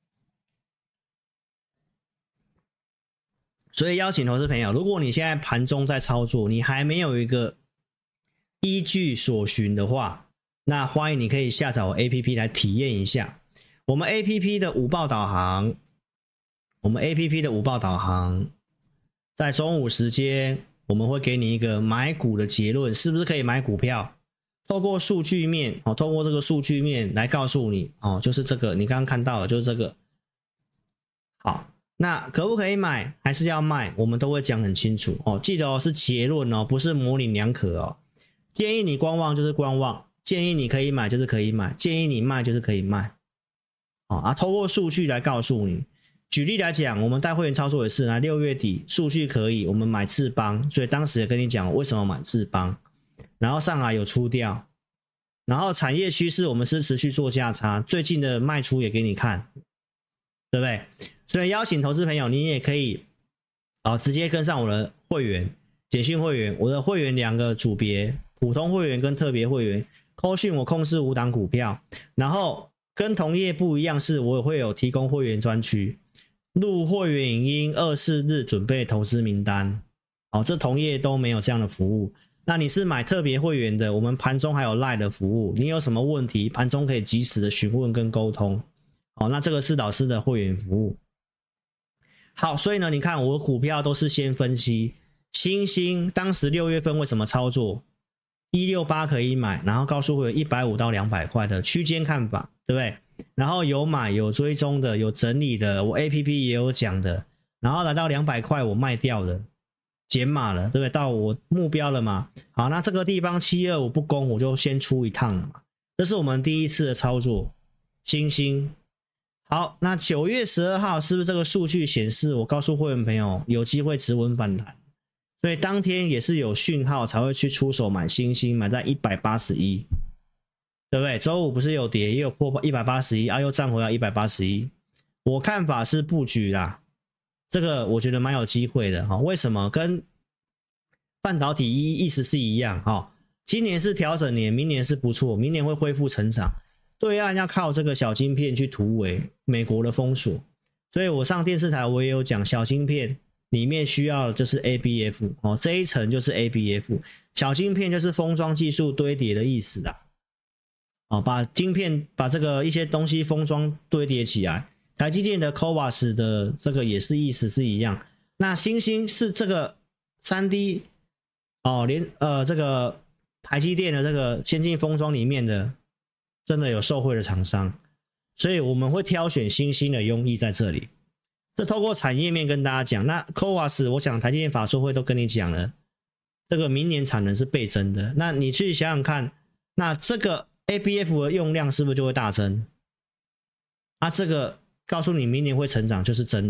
所以邀请投资朋友，如果你现在盘中在操作，你还没有一个依据所循的话，那欢迎你可以下载我 APP 来体验一下。我们 APP 的午报导航，在中午时间我们会给你一个买股的结论，是不是可以买股票？透过数据面哦，透过这个数据面来告诉你哦，就是这个你刚刚看到的，就是这个。好，那可不可以买还是要卖，我们都会讲很清楚哦。记得哦，是结论哦，不是模棱两可哦。建议你观望就是观望，建议你可以买就是可以买，建议你卖就是可以卖。透过数据来告诉你。举例来讲，我们带会员操作也是6月底数据可以，我们买智邦，所以当时也跟你讲为什么买智邦，然后上来有出掉，然后产业趋势我们是持续做价差，最近的卖出也给你看，对不对？所以邀请投资朋友，你也可以直接跟上我的会员简讯会员，我的会员2个组别，普通会员跟特别会员，扣讯我控制5档股票，然后跟同业不一样是我也会有提供会员专区，录会员影音24日准备投资名单，这同业都没有这样的服务。那你是买特别会员的，我们盘中还有 LINE 的服务，你有什么问题盘中可以及时的询问跟沟通。那这个是老师的会员服务。好，所以呢，你看我的股票都是先分析星星当时6月份为什么操作168可以买，然后告诉会员150到200块的区间看法，对不对？然后有买有追踪的有整理的，我 APP 也有讲的，然后来到200块我卖掉了，减码了，对不对？到我目标了嘛。好，那这个地方725不攻，我就先出一趟了嘛。这是我们第一次的操作，星星。好，那9月12号是不是这个数据显示我告诉会员朋友有机会止稳反弹，所以当天也是有讯号才会去出手买星星，买在181，对不对？周五不是有跌也有破181又站回到181，我看法是布局啦，这个我觉得蛮有机会的。为什么？跟半导体意思是一样，今年是调整年，明年是不错，明年会恢复成长，对岸要靠这个小晶片去突围美国的封锁，所以我上电视台我也有讲，小晶片里面需要的就是 ABF，这一层就是 ABF， 小晶片就是封装技术堆叠的意思啦，把晶片把这个一些东西封装堆叠起来，台积电的 CoWoS 的这个也是意思是一样。那星星是这个 3D 这个台积电的这个先进封装里面的真的有受惠的厂商，所以我们会挑选星星的用意在这里。这透过产业面跟大家讲，那 CoWoS 我想台积电法说会都跟你讲了，这个明年产能是倍增的，那你去想想看，那这个 ABF 的用量是不是就会大增？这个告诉你明年会成长就是真的。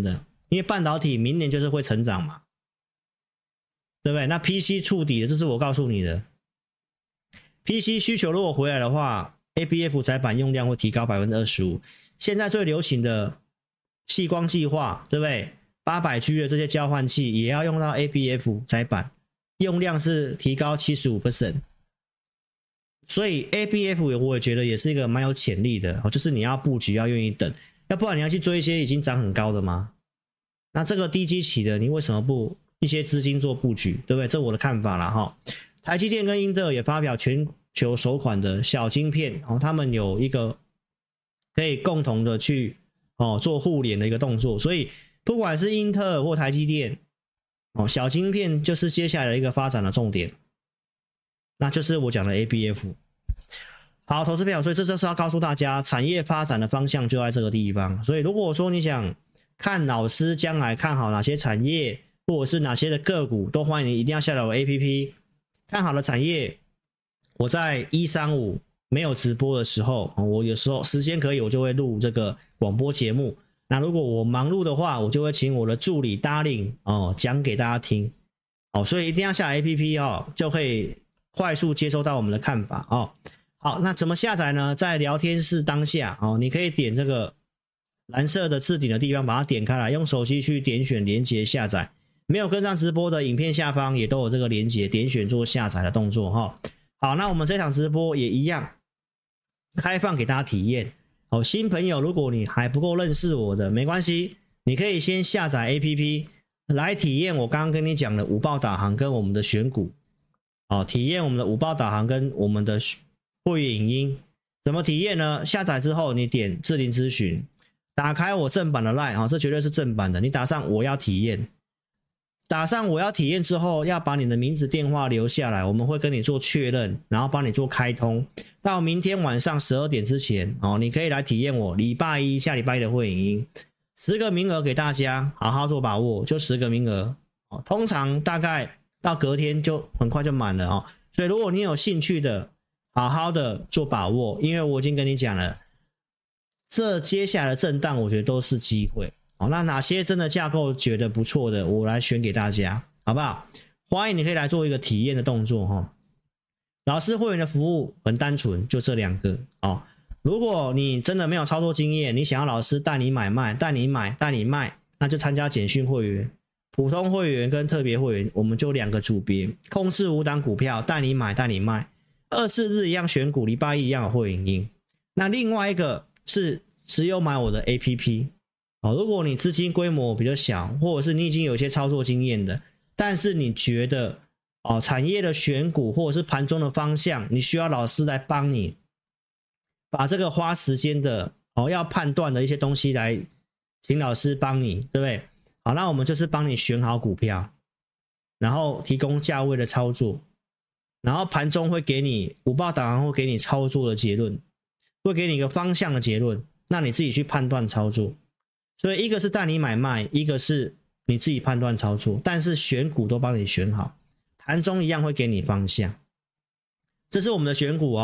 因为半导体明年就是会成长嘛，对不对？那 PC 触底的，这是我告诉你的。PC 需求如果回来的话 ，ABF 载板用量会提高 25%。现在最流行的矽光计划，对不对？800G 的这些交换器也要用到 ABF 载板，用量是提高 75%。所以 ABF 我也觉得也是一个蛮有潜力的，就是你要布局要愿意等，要不然你要去追一些已经涨很高的吗？那这个低基期的，你为什么不一些资金做布局，对不对？这我的看法啦齁。台积电跟英特尔也发表全球首款的小晶片，他们有一个可以共同的去做互联的一个动作，所以不管是英特尔或台积电，小晶片就是接下来的一个发展的重点，那就是我讲的 ABF。好，投资朋友，所以这就是要告诉大家，产业发展的方向就在这个地方。所以如果说你想看老师将来看好哪些产业，或者是哪些的个股，都欢迎你一定要下载我 APP。看好的产业，我在135没有直播的时候，我有时候时间可以，我就会录这个广播节目。那如果我忙碌的话，我就会请我的助理 Darling 讲给大家听。所以一定要下载 APP 就可以快速接收到我们的看法好，那怎么下载呢？在聊天室当下你可以点这个蓝色的置顶的地方，把它点开来，用手机去点选连结下载。没有跟上直播的影片下方也都有这个连结，点选做下载的动作好，那我们这场直播也一样开放给大家体验。新朋友如果你还不够认识我的，没关系，你可以先下载 APP 来体验我刚刚跟你讲的午报导航跟我们的选股体验我们的午报导航跟我们的会员影音。怎么体验呢？下载之后你点智霖咨询，打开我正版的 LINE 这绝对是正版的，你打上我要体验，打上我要体验之后，要把你的名字电话留下来，我们会跟你做确认，然后帮你做开通，到明天晚上12点之前你可以来体验我礼拜一下礼拜一的会影音，10个名额给大家，好好做把握，就10个名额通常大概到隔天就很快就满了所以如果你有兴趣的，好好的做把握，因为我已经跟你讲了，这接下来的震荡我觉得都是机会那哪些真的架构觉得不错的，我来选给大家，好不好？欢迎你可以来做一个体验的动作老师会员的服务很单纯，就这2个如果你真的没有操作经验，你想要老师带你买卖，带你买带你卖，那就参加简讯会员，普通会员跟特别会员，我们就2个组别，控制5档股票，带你买带你卖，24日一样选股，礼拜一一样有会影音。那另外一个是只有买我的 APP如果你资金规模比较小，或者是你已经有一些操作经验的，但是你觉得产业的选股或者是盘中的方向，你需要老师来帮你把这个花时间的要判断的一些东西来请老师帮你，对不对？好，那我们就是帮你选好股票，然后提供价位的操作，然后盘中会给你午报导航，会给你操作的结论，会给你一个方向的结论，那你自己去判断操作。所以一个是带你买卖，一个是你自己判断操作，但是选股都帮你选好，盘中一样会给你方向。这是我们的选股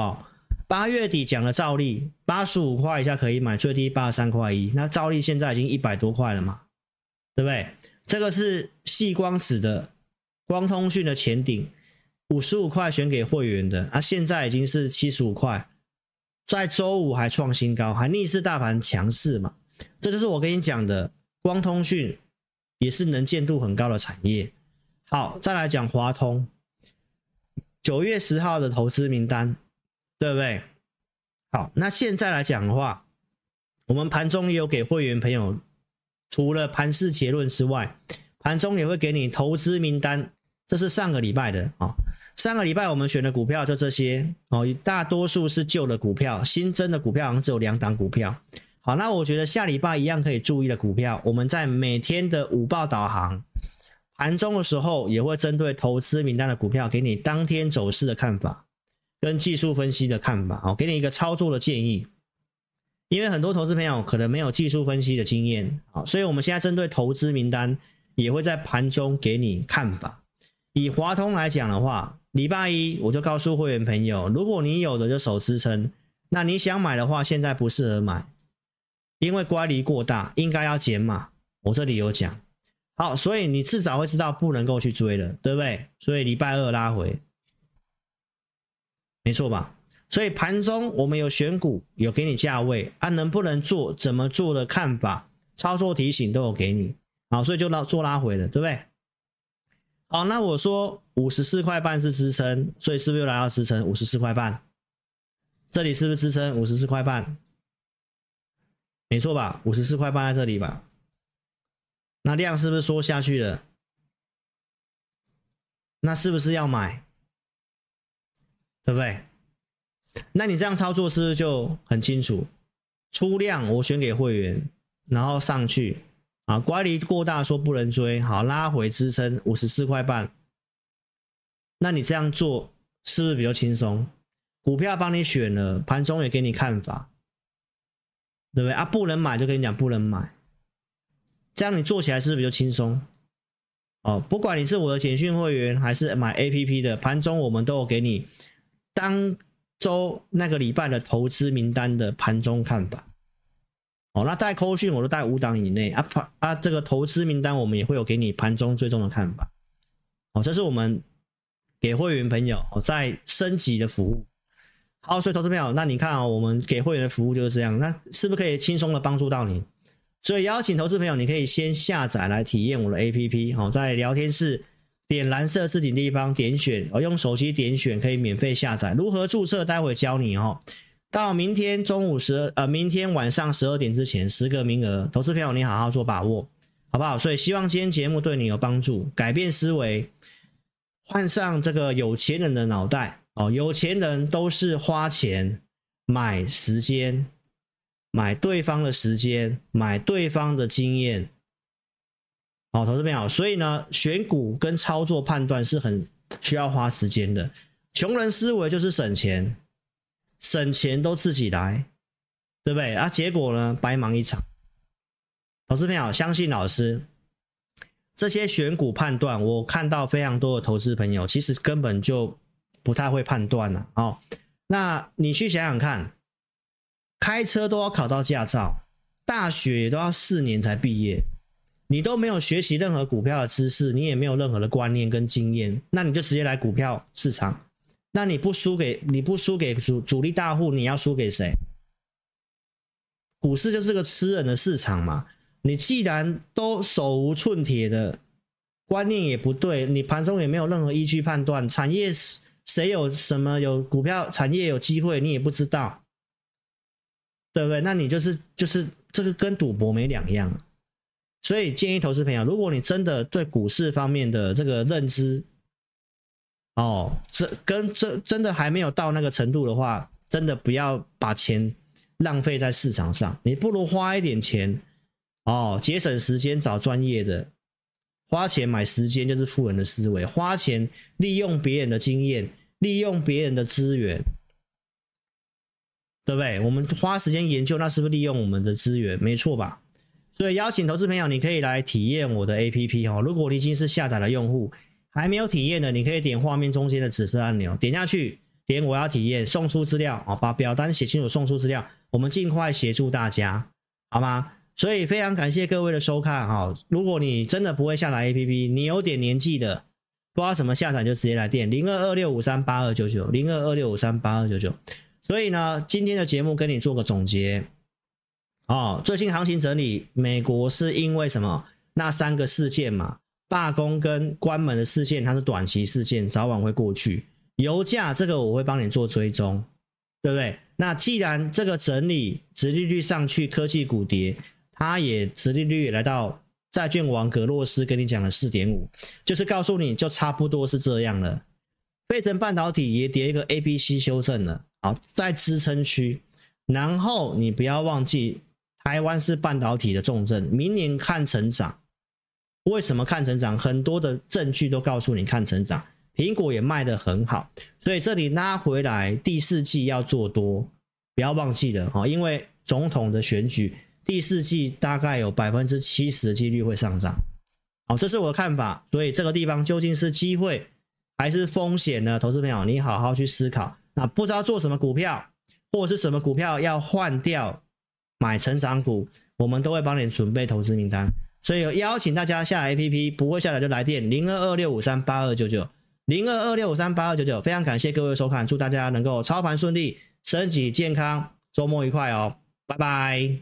8月底讲的兆利85块以下可以买，最低83块1，那兆利现在已经100多块了嘛，对不对？这个是矽光子的光通讯的前顶55块选给会员的现在已经是75块，在周五还创新高，还逆势大盘强势嘛。这就是我跟你讲的，光通讯也是能见度很高的产业。好，再来讲华通，9月10号的投资名单，对不对？好，那现在来讲的话，我们盘中也有给会员朋友，除了盘势结论之外，盘中也会给你投资名单，这是上个礼拜的上个礼拜我们选的股票就这些大多数是旧的股票，新增的股票好像只有2档股票。好，那我觉得下礼拜一样可以注意的股票，我们在每天的午报导航盘中的时候也会针对投资名单的股票给你当天走势的看法跟技术分析的看法给你一个操作的建议。因为很多投资朋友可能没有技术分析的经验所以我们现在针对投资名单也会在盘中给你看法。以华通来讲的话，礼拜一我就告诉会员朋友，如果你有的就守支撑，那你想买的话现在不适合买，因为乖离过大，应该要减码我这里有讲。好，所以你至少会知道不能够去追了，对不对？所以礼拜二拉回，没错吧？所以盘中我们有选股，有给你价位啊，能不能做，怎么做的看法，操作提醒都有给你。好，所以就做拉回了，对不对？好，那我说54块半是支撑，所以是不是又来到支撑54块半？这里是不是支撑54块半？没错吧？54块半在这里吧？那量是不是缩下去了？那是不是要买？对不对？那你这样操作是不是就很清楚？出量我选给会员，然后上去啊，乖离过大说不能追，好，拉回支撑54块半。那你这样做是不是比较轻松？股票帮你选了，盘中也给你看法，对不对啊？不能买就跟你讲不能买，这样你做起来是不是比较轻松？哦，不管你是我的简讯会员还是买 APP 的，盘中我们都有给你当周那个礼拜的投资名单的盘中看法。哦，那带扣讯我都带5档以内这个投资名单我们也会有给你盘中追踪的看法。哦，这是我们给会员朋友在升级的服务。好，所以投资朋友，那你看我们给会员的服务就是这样，那是不是可以轻松的帮助到你？所以邀请投资朋友，你可以先下载来体验我的 APP， 在聊天室点蓝色置顶地方点选，用手机点选可以免费下载。如何注册待会教你到明天明天晚上12点之前10个名额，投资朋友你好好做把握，好不好？所以希望今天节目对你有帮助，改变思维，换上这个有钱人的脑袋。有钱人都是花钱买时间，买对方的时间，买对方的经验。好，投资朋友，所以呢，选股跟操作判断是很需要花时间的。穷人思维就是省钱，省钱都自己来，对不对啊？结果呢，白忙一场。投资朋友，相信老师，这些选股判断，我看到非常多的投资朋友其实根本就不太会判断了那你去想想看，开车都要考到驾照，大学也都要4年才毕业，你都没有学习任何股票的知识，你也没有任何的观念跟经验，那你就直接来股票市场，那你不输给主力大户，你要输给谁？股市就是个吃人的市场嘛，你既然都手无寸铁的，观念也不对，你盘中也没有任何依据判断，产业谁有什么有股票产业有机会你也不知道，对不对？那你就是这个跟赌博没两样。所以建议投资朋友，如果你真的对股市方面的这个认知真的还没有到那个程度的话，真的不要把钱浪费在市场上，你不如花一点钱节省时间找专业的，花钱买时间就是富人的思维，花钱利用别人的经验，利用别人的资源，对不对？我们花时间研究，那是不是利用我们的资源？没错吧？所以邀请投资朋友，你可以来体验我的 APP 如果你已经是下载的用户，还没有体验的，你可以点画面中间的紫色按钮，点下去，点我要体验，送出资料把表单写清楚，送出资料，我们尽快协助大家，好吗？所以非常感谢各位的收看如果你真的不会下载 APP， 你有点年纪的，不知道怎么下载就直接来电0226538299 0226538299。所以呢，今天的节目跟你做个总结最近行情整理，美国是因为什么？那3个事件嘛，罢工跟关门的事件，它是短期事件，早晚会过去。油价这个我会帮你做追踪，对不对？那既然这个整理，殖利率上去，科技股跌，它也殖利率也来到债券王格洛斯跟你讲了 4.5， 就是告诉你就差不多是这样了。费城半导体也跌一个 ABC 修正了，好，在支撑区。然后你不要忘记，台湾是半导体的重镇，明年看成长。为什么看成长？很多的证据都告诉你看成长，苹果也卖得很好，所以这里拉回来第4季要做多，不要忘记了因为总统的选举第4季大概有 70% 的几率会上涨。这是我的看法，所以这个地方究竟是机会还是风险呢？投资朋友你好好去思考。那不知道做什么股票，或者是什么股票要换掉买成长股，我们都会帮你准备投资名单。 所以有邀请大家下载 APP， 不会下载就来电0226538299，0226538299。非常感谢各位收看，祝大家能够操盘顺利，身体健康，周末愉快哦，拜拜。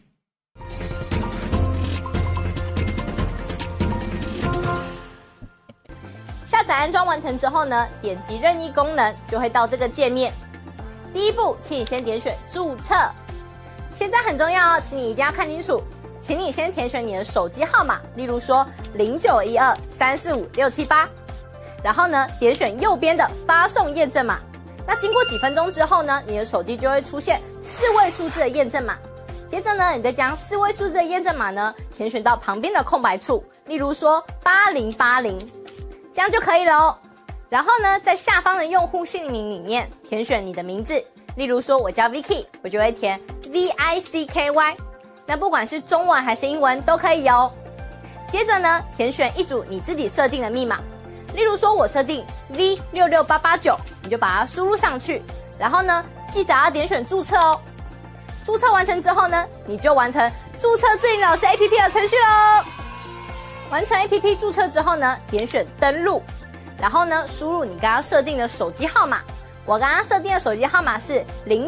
下载安装完成之后呢，点击任意功能就会到这个界面。第一步，请你先点选注册。现在很重要哦，请你一定要看清楚，请你先填选你的手机号码，例如说0912345678，然后呢，点选右边的发送验证码。那经过几分钟之后呢，你的手机就会出现4位数字的验证码。接着呢，你再将4位数字的验证码呢填选到旁边的空白处，例如说8080，这样就可以了哦。然后呢，在下方的用户姓名里面填选你的名字，例如说我叫 Vicky， 我就会填 VICKY， 那不管是中文还是英文都可以哦。接着呢，填选一组你自己设定的密码，例如说我设定 V66889， 你就把它输入上去，然后呢，记得要点选注册哦。注册完成之后呢，你就完成注册志玲老师 APP 的程序咯。完成 APP 注册之后呢，点选登录，然后呢，输入你刚刚设定的手机号码。我刚刚设定的手机号码是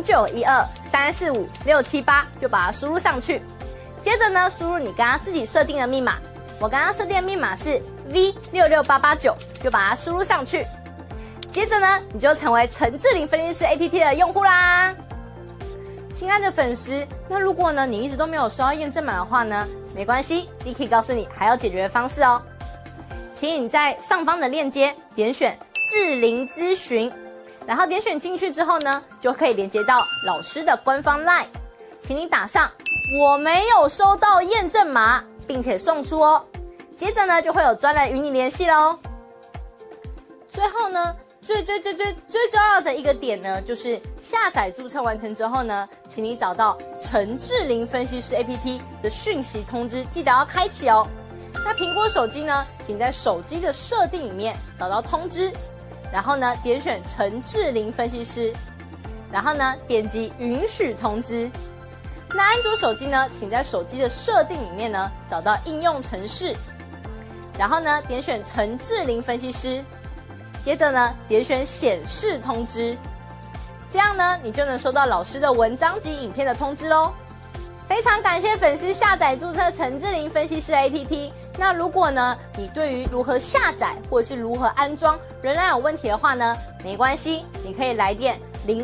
0912345678，就把它输入上去。接着呢，输入你刚刚自己设定的密码。我刚刚设定的密码是 V66889， 就把它输入上去。接着呢，你就成为陈志玲分析师 APP 的用户啦。亲爱的粉丝，那如果呢你一直都没有收到验证码的话呢，没关系 ，Vicky 告诉你还有解决的方式哦。请你在上方的链接点选志玲咨询，然后点选进去之后呢，就可以连接到老师的官方 LINE， 请你打上我没有收到验证码，并且送出哦。接着呢，就会有专人与你联系咯。最后呢，最重要的一个点呢，就是下载注册完成之后呢，请你找到陈志玲分析师 APP 的讯息通知，记得要开启哦。那苹果手机呢，请在手机的设定里面找到通知，然后呢，点选陈志玲分析师，然后呢，点击允许通知。那安卓手机呢，请在手机的设定里面呢，找到应用程式，然后呢，点选陈志玲分析师，接着呢，点选显示通知，这样呢，你就能收到老师的文章及影片的通知咯。非常感谢粉丝下载注册陈志玲分析师 APP。那如果呢，你对于如何下载或者是如何安装仍然有问题的话呢，没关系，你可以来电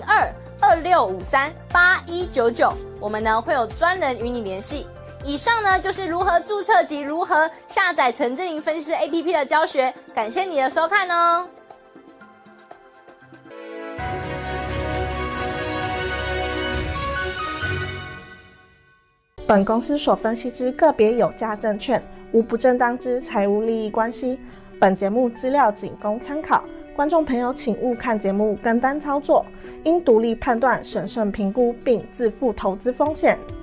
0226538199，我们呢会有专人与你联系。以上呢就是如何注册及如何下载陈志玲分析师 APP 的教学，感谢你的收看哦。 本公司所分析之个别有价证券，无不正当之财务利益关系。本节目资料仅供参考，观众朋友请勿看节目跟单操作，应独立判断、审慎评估并自负投资风险。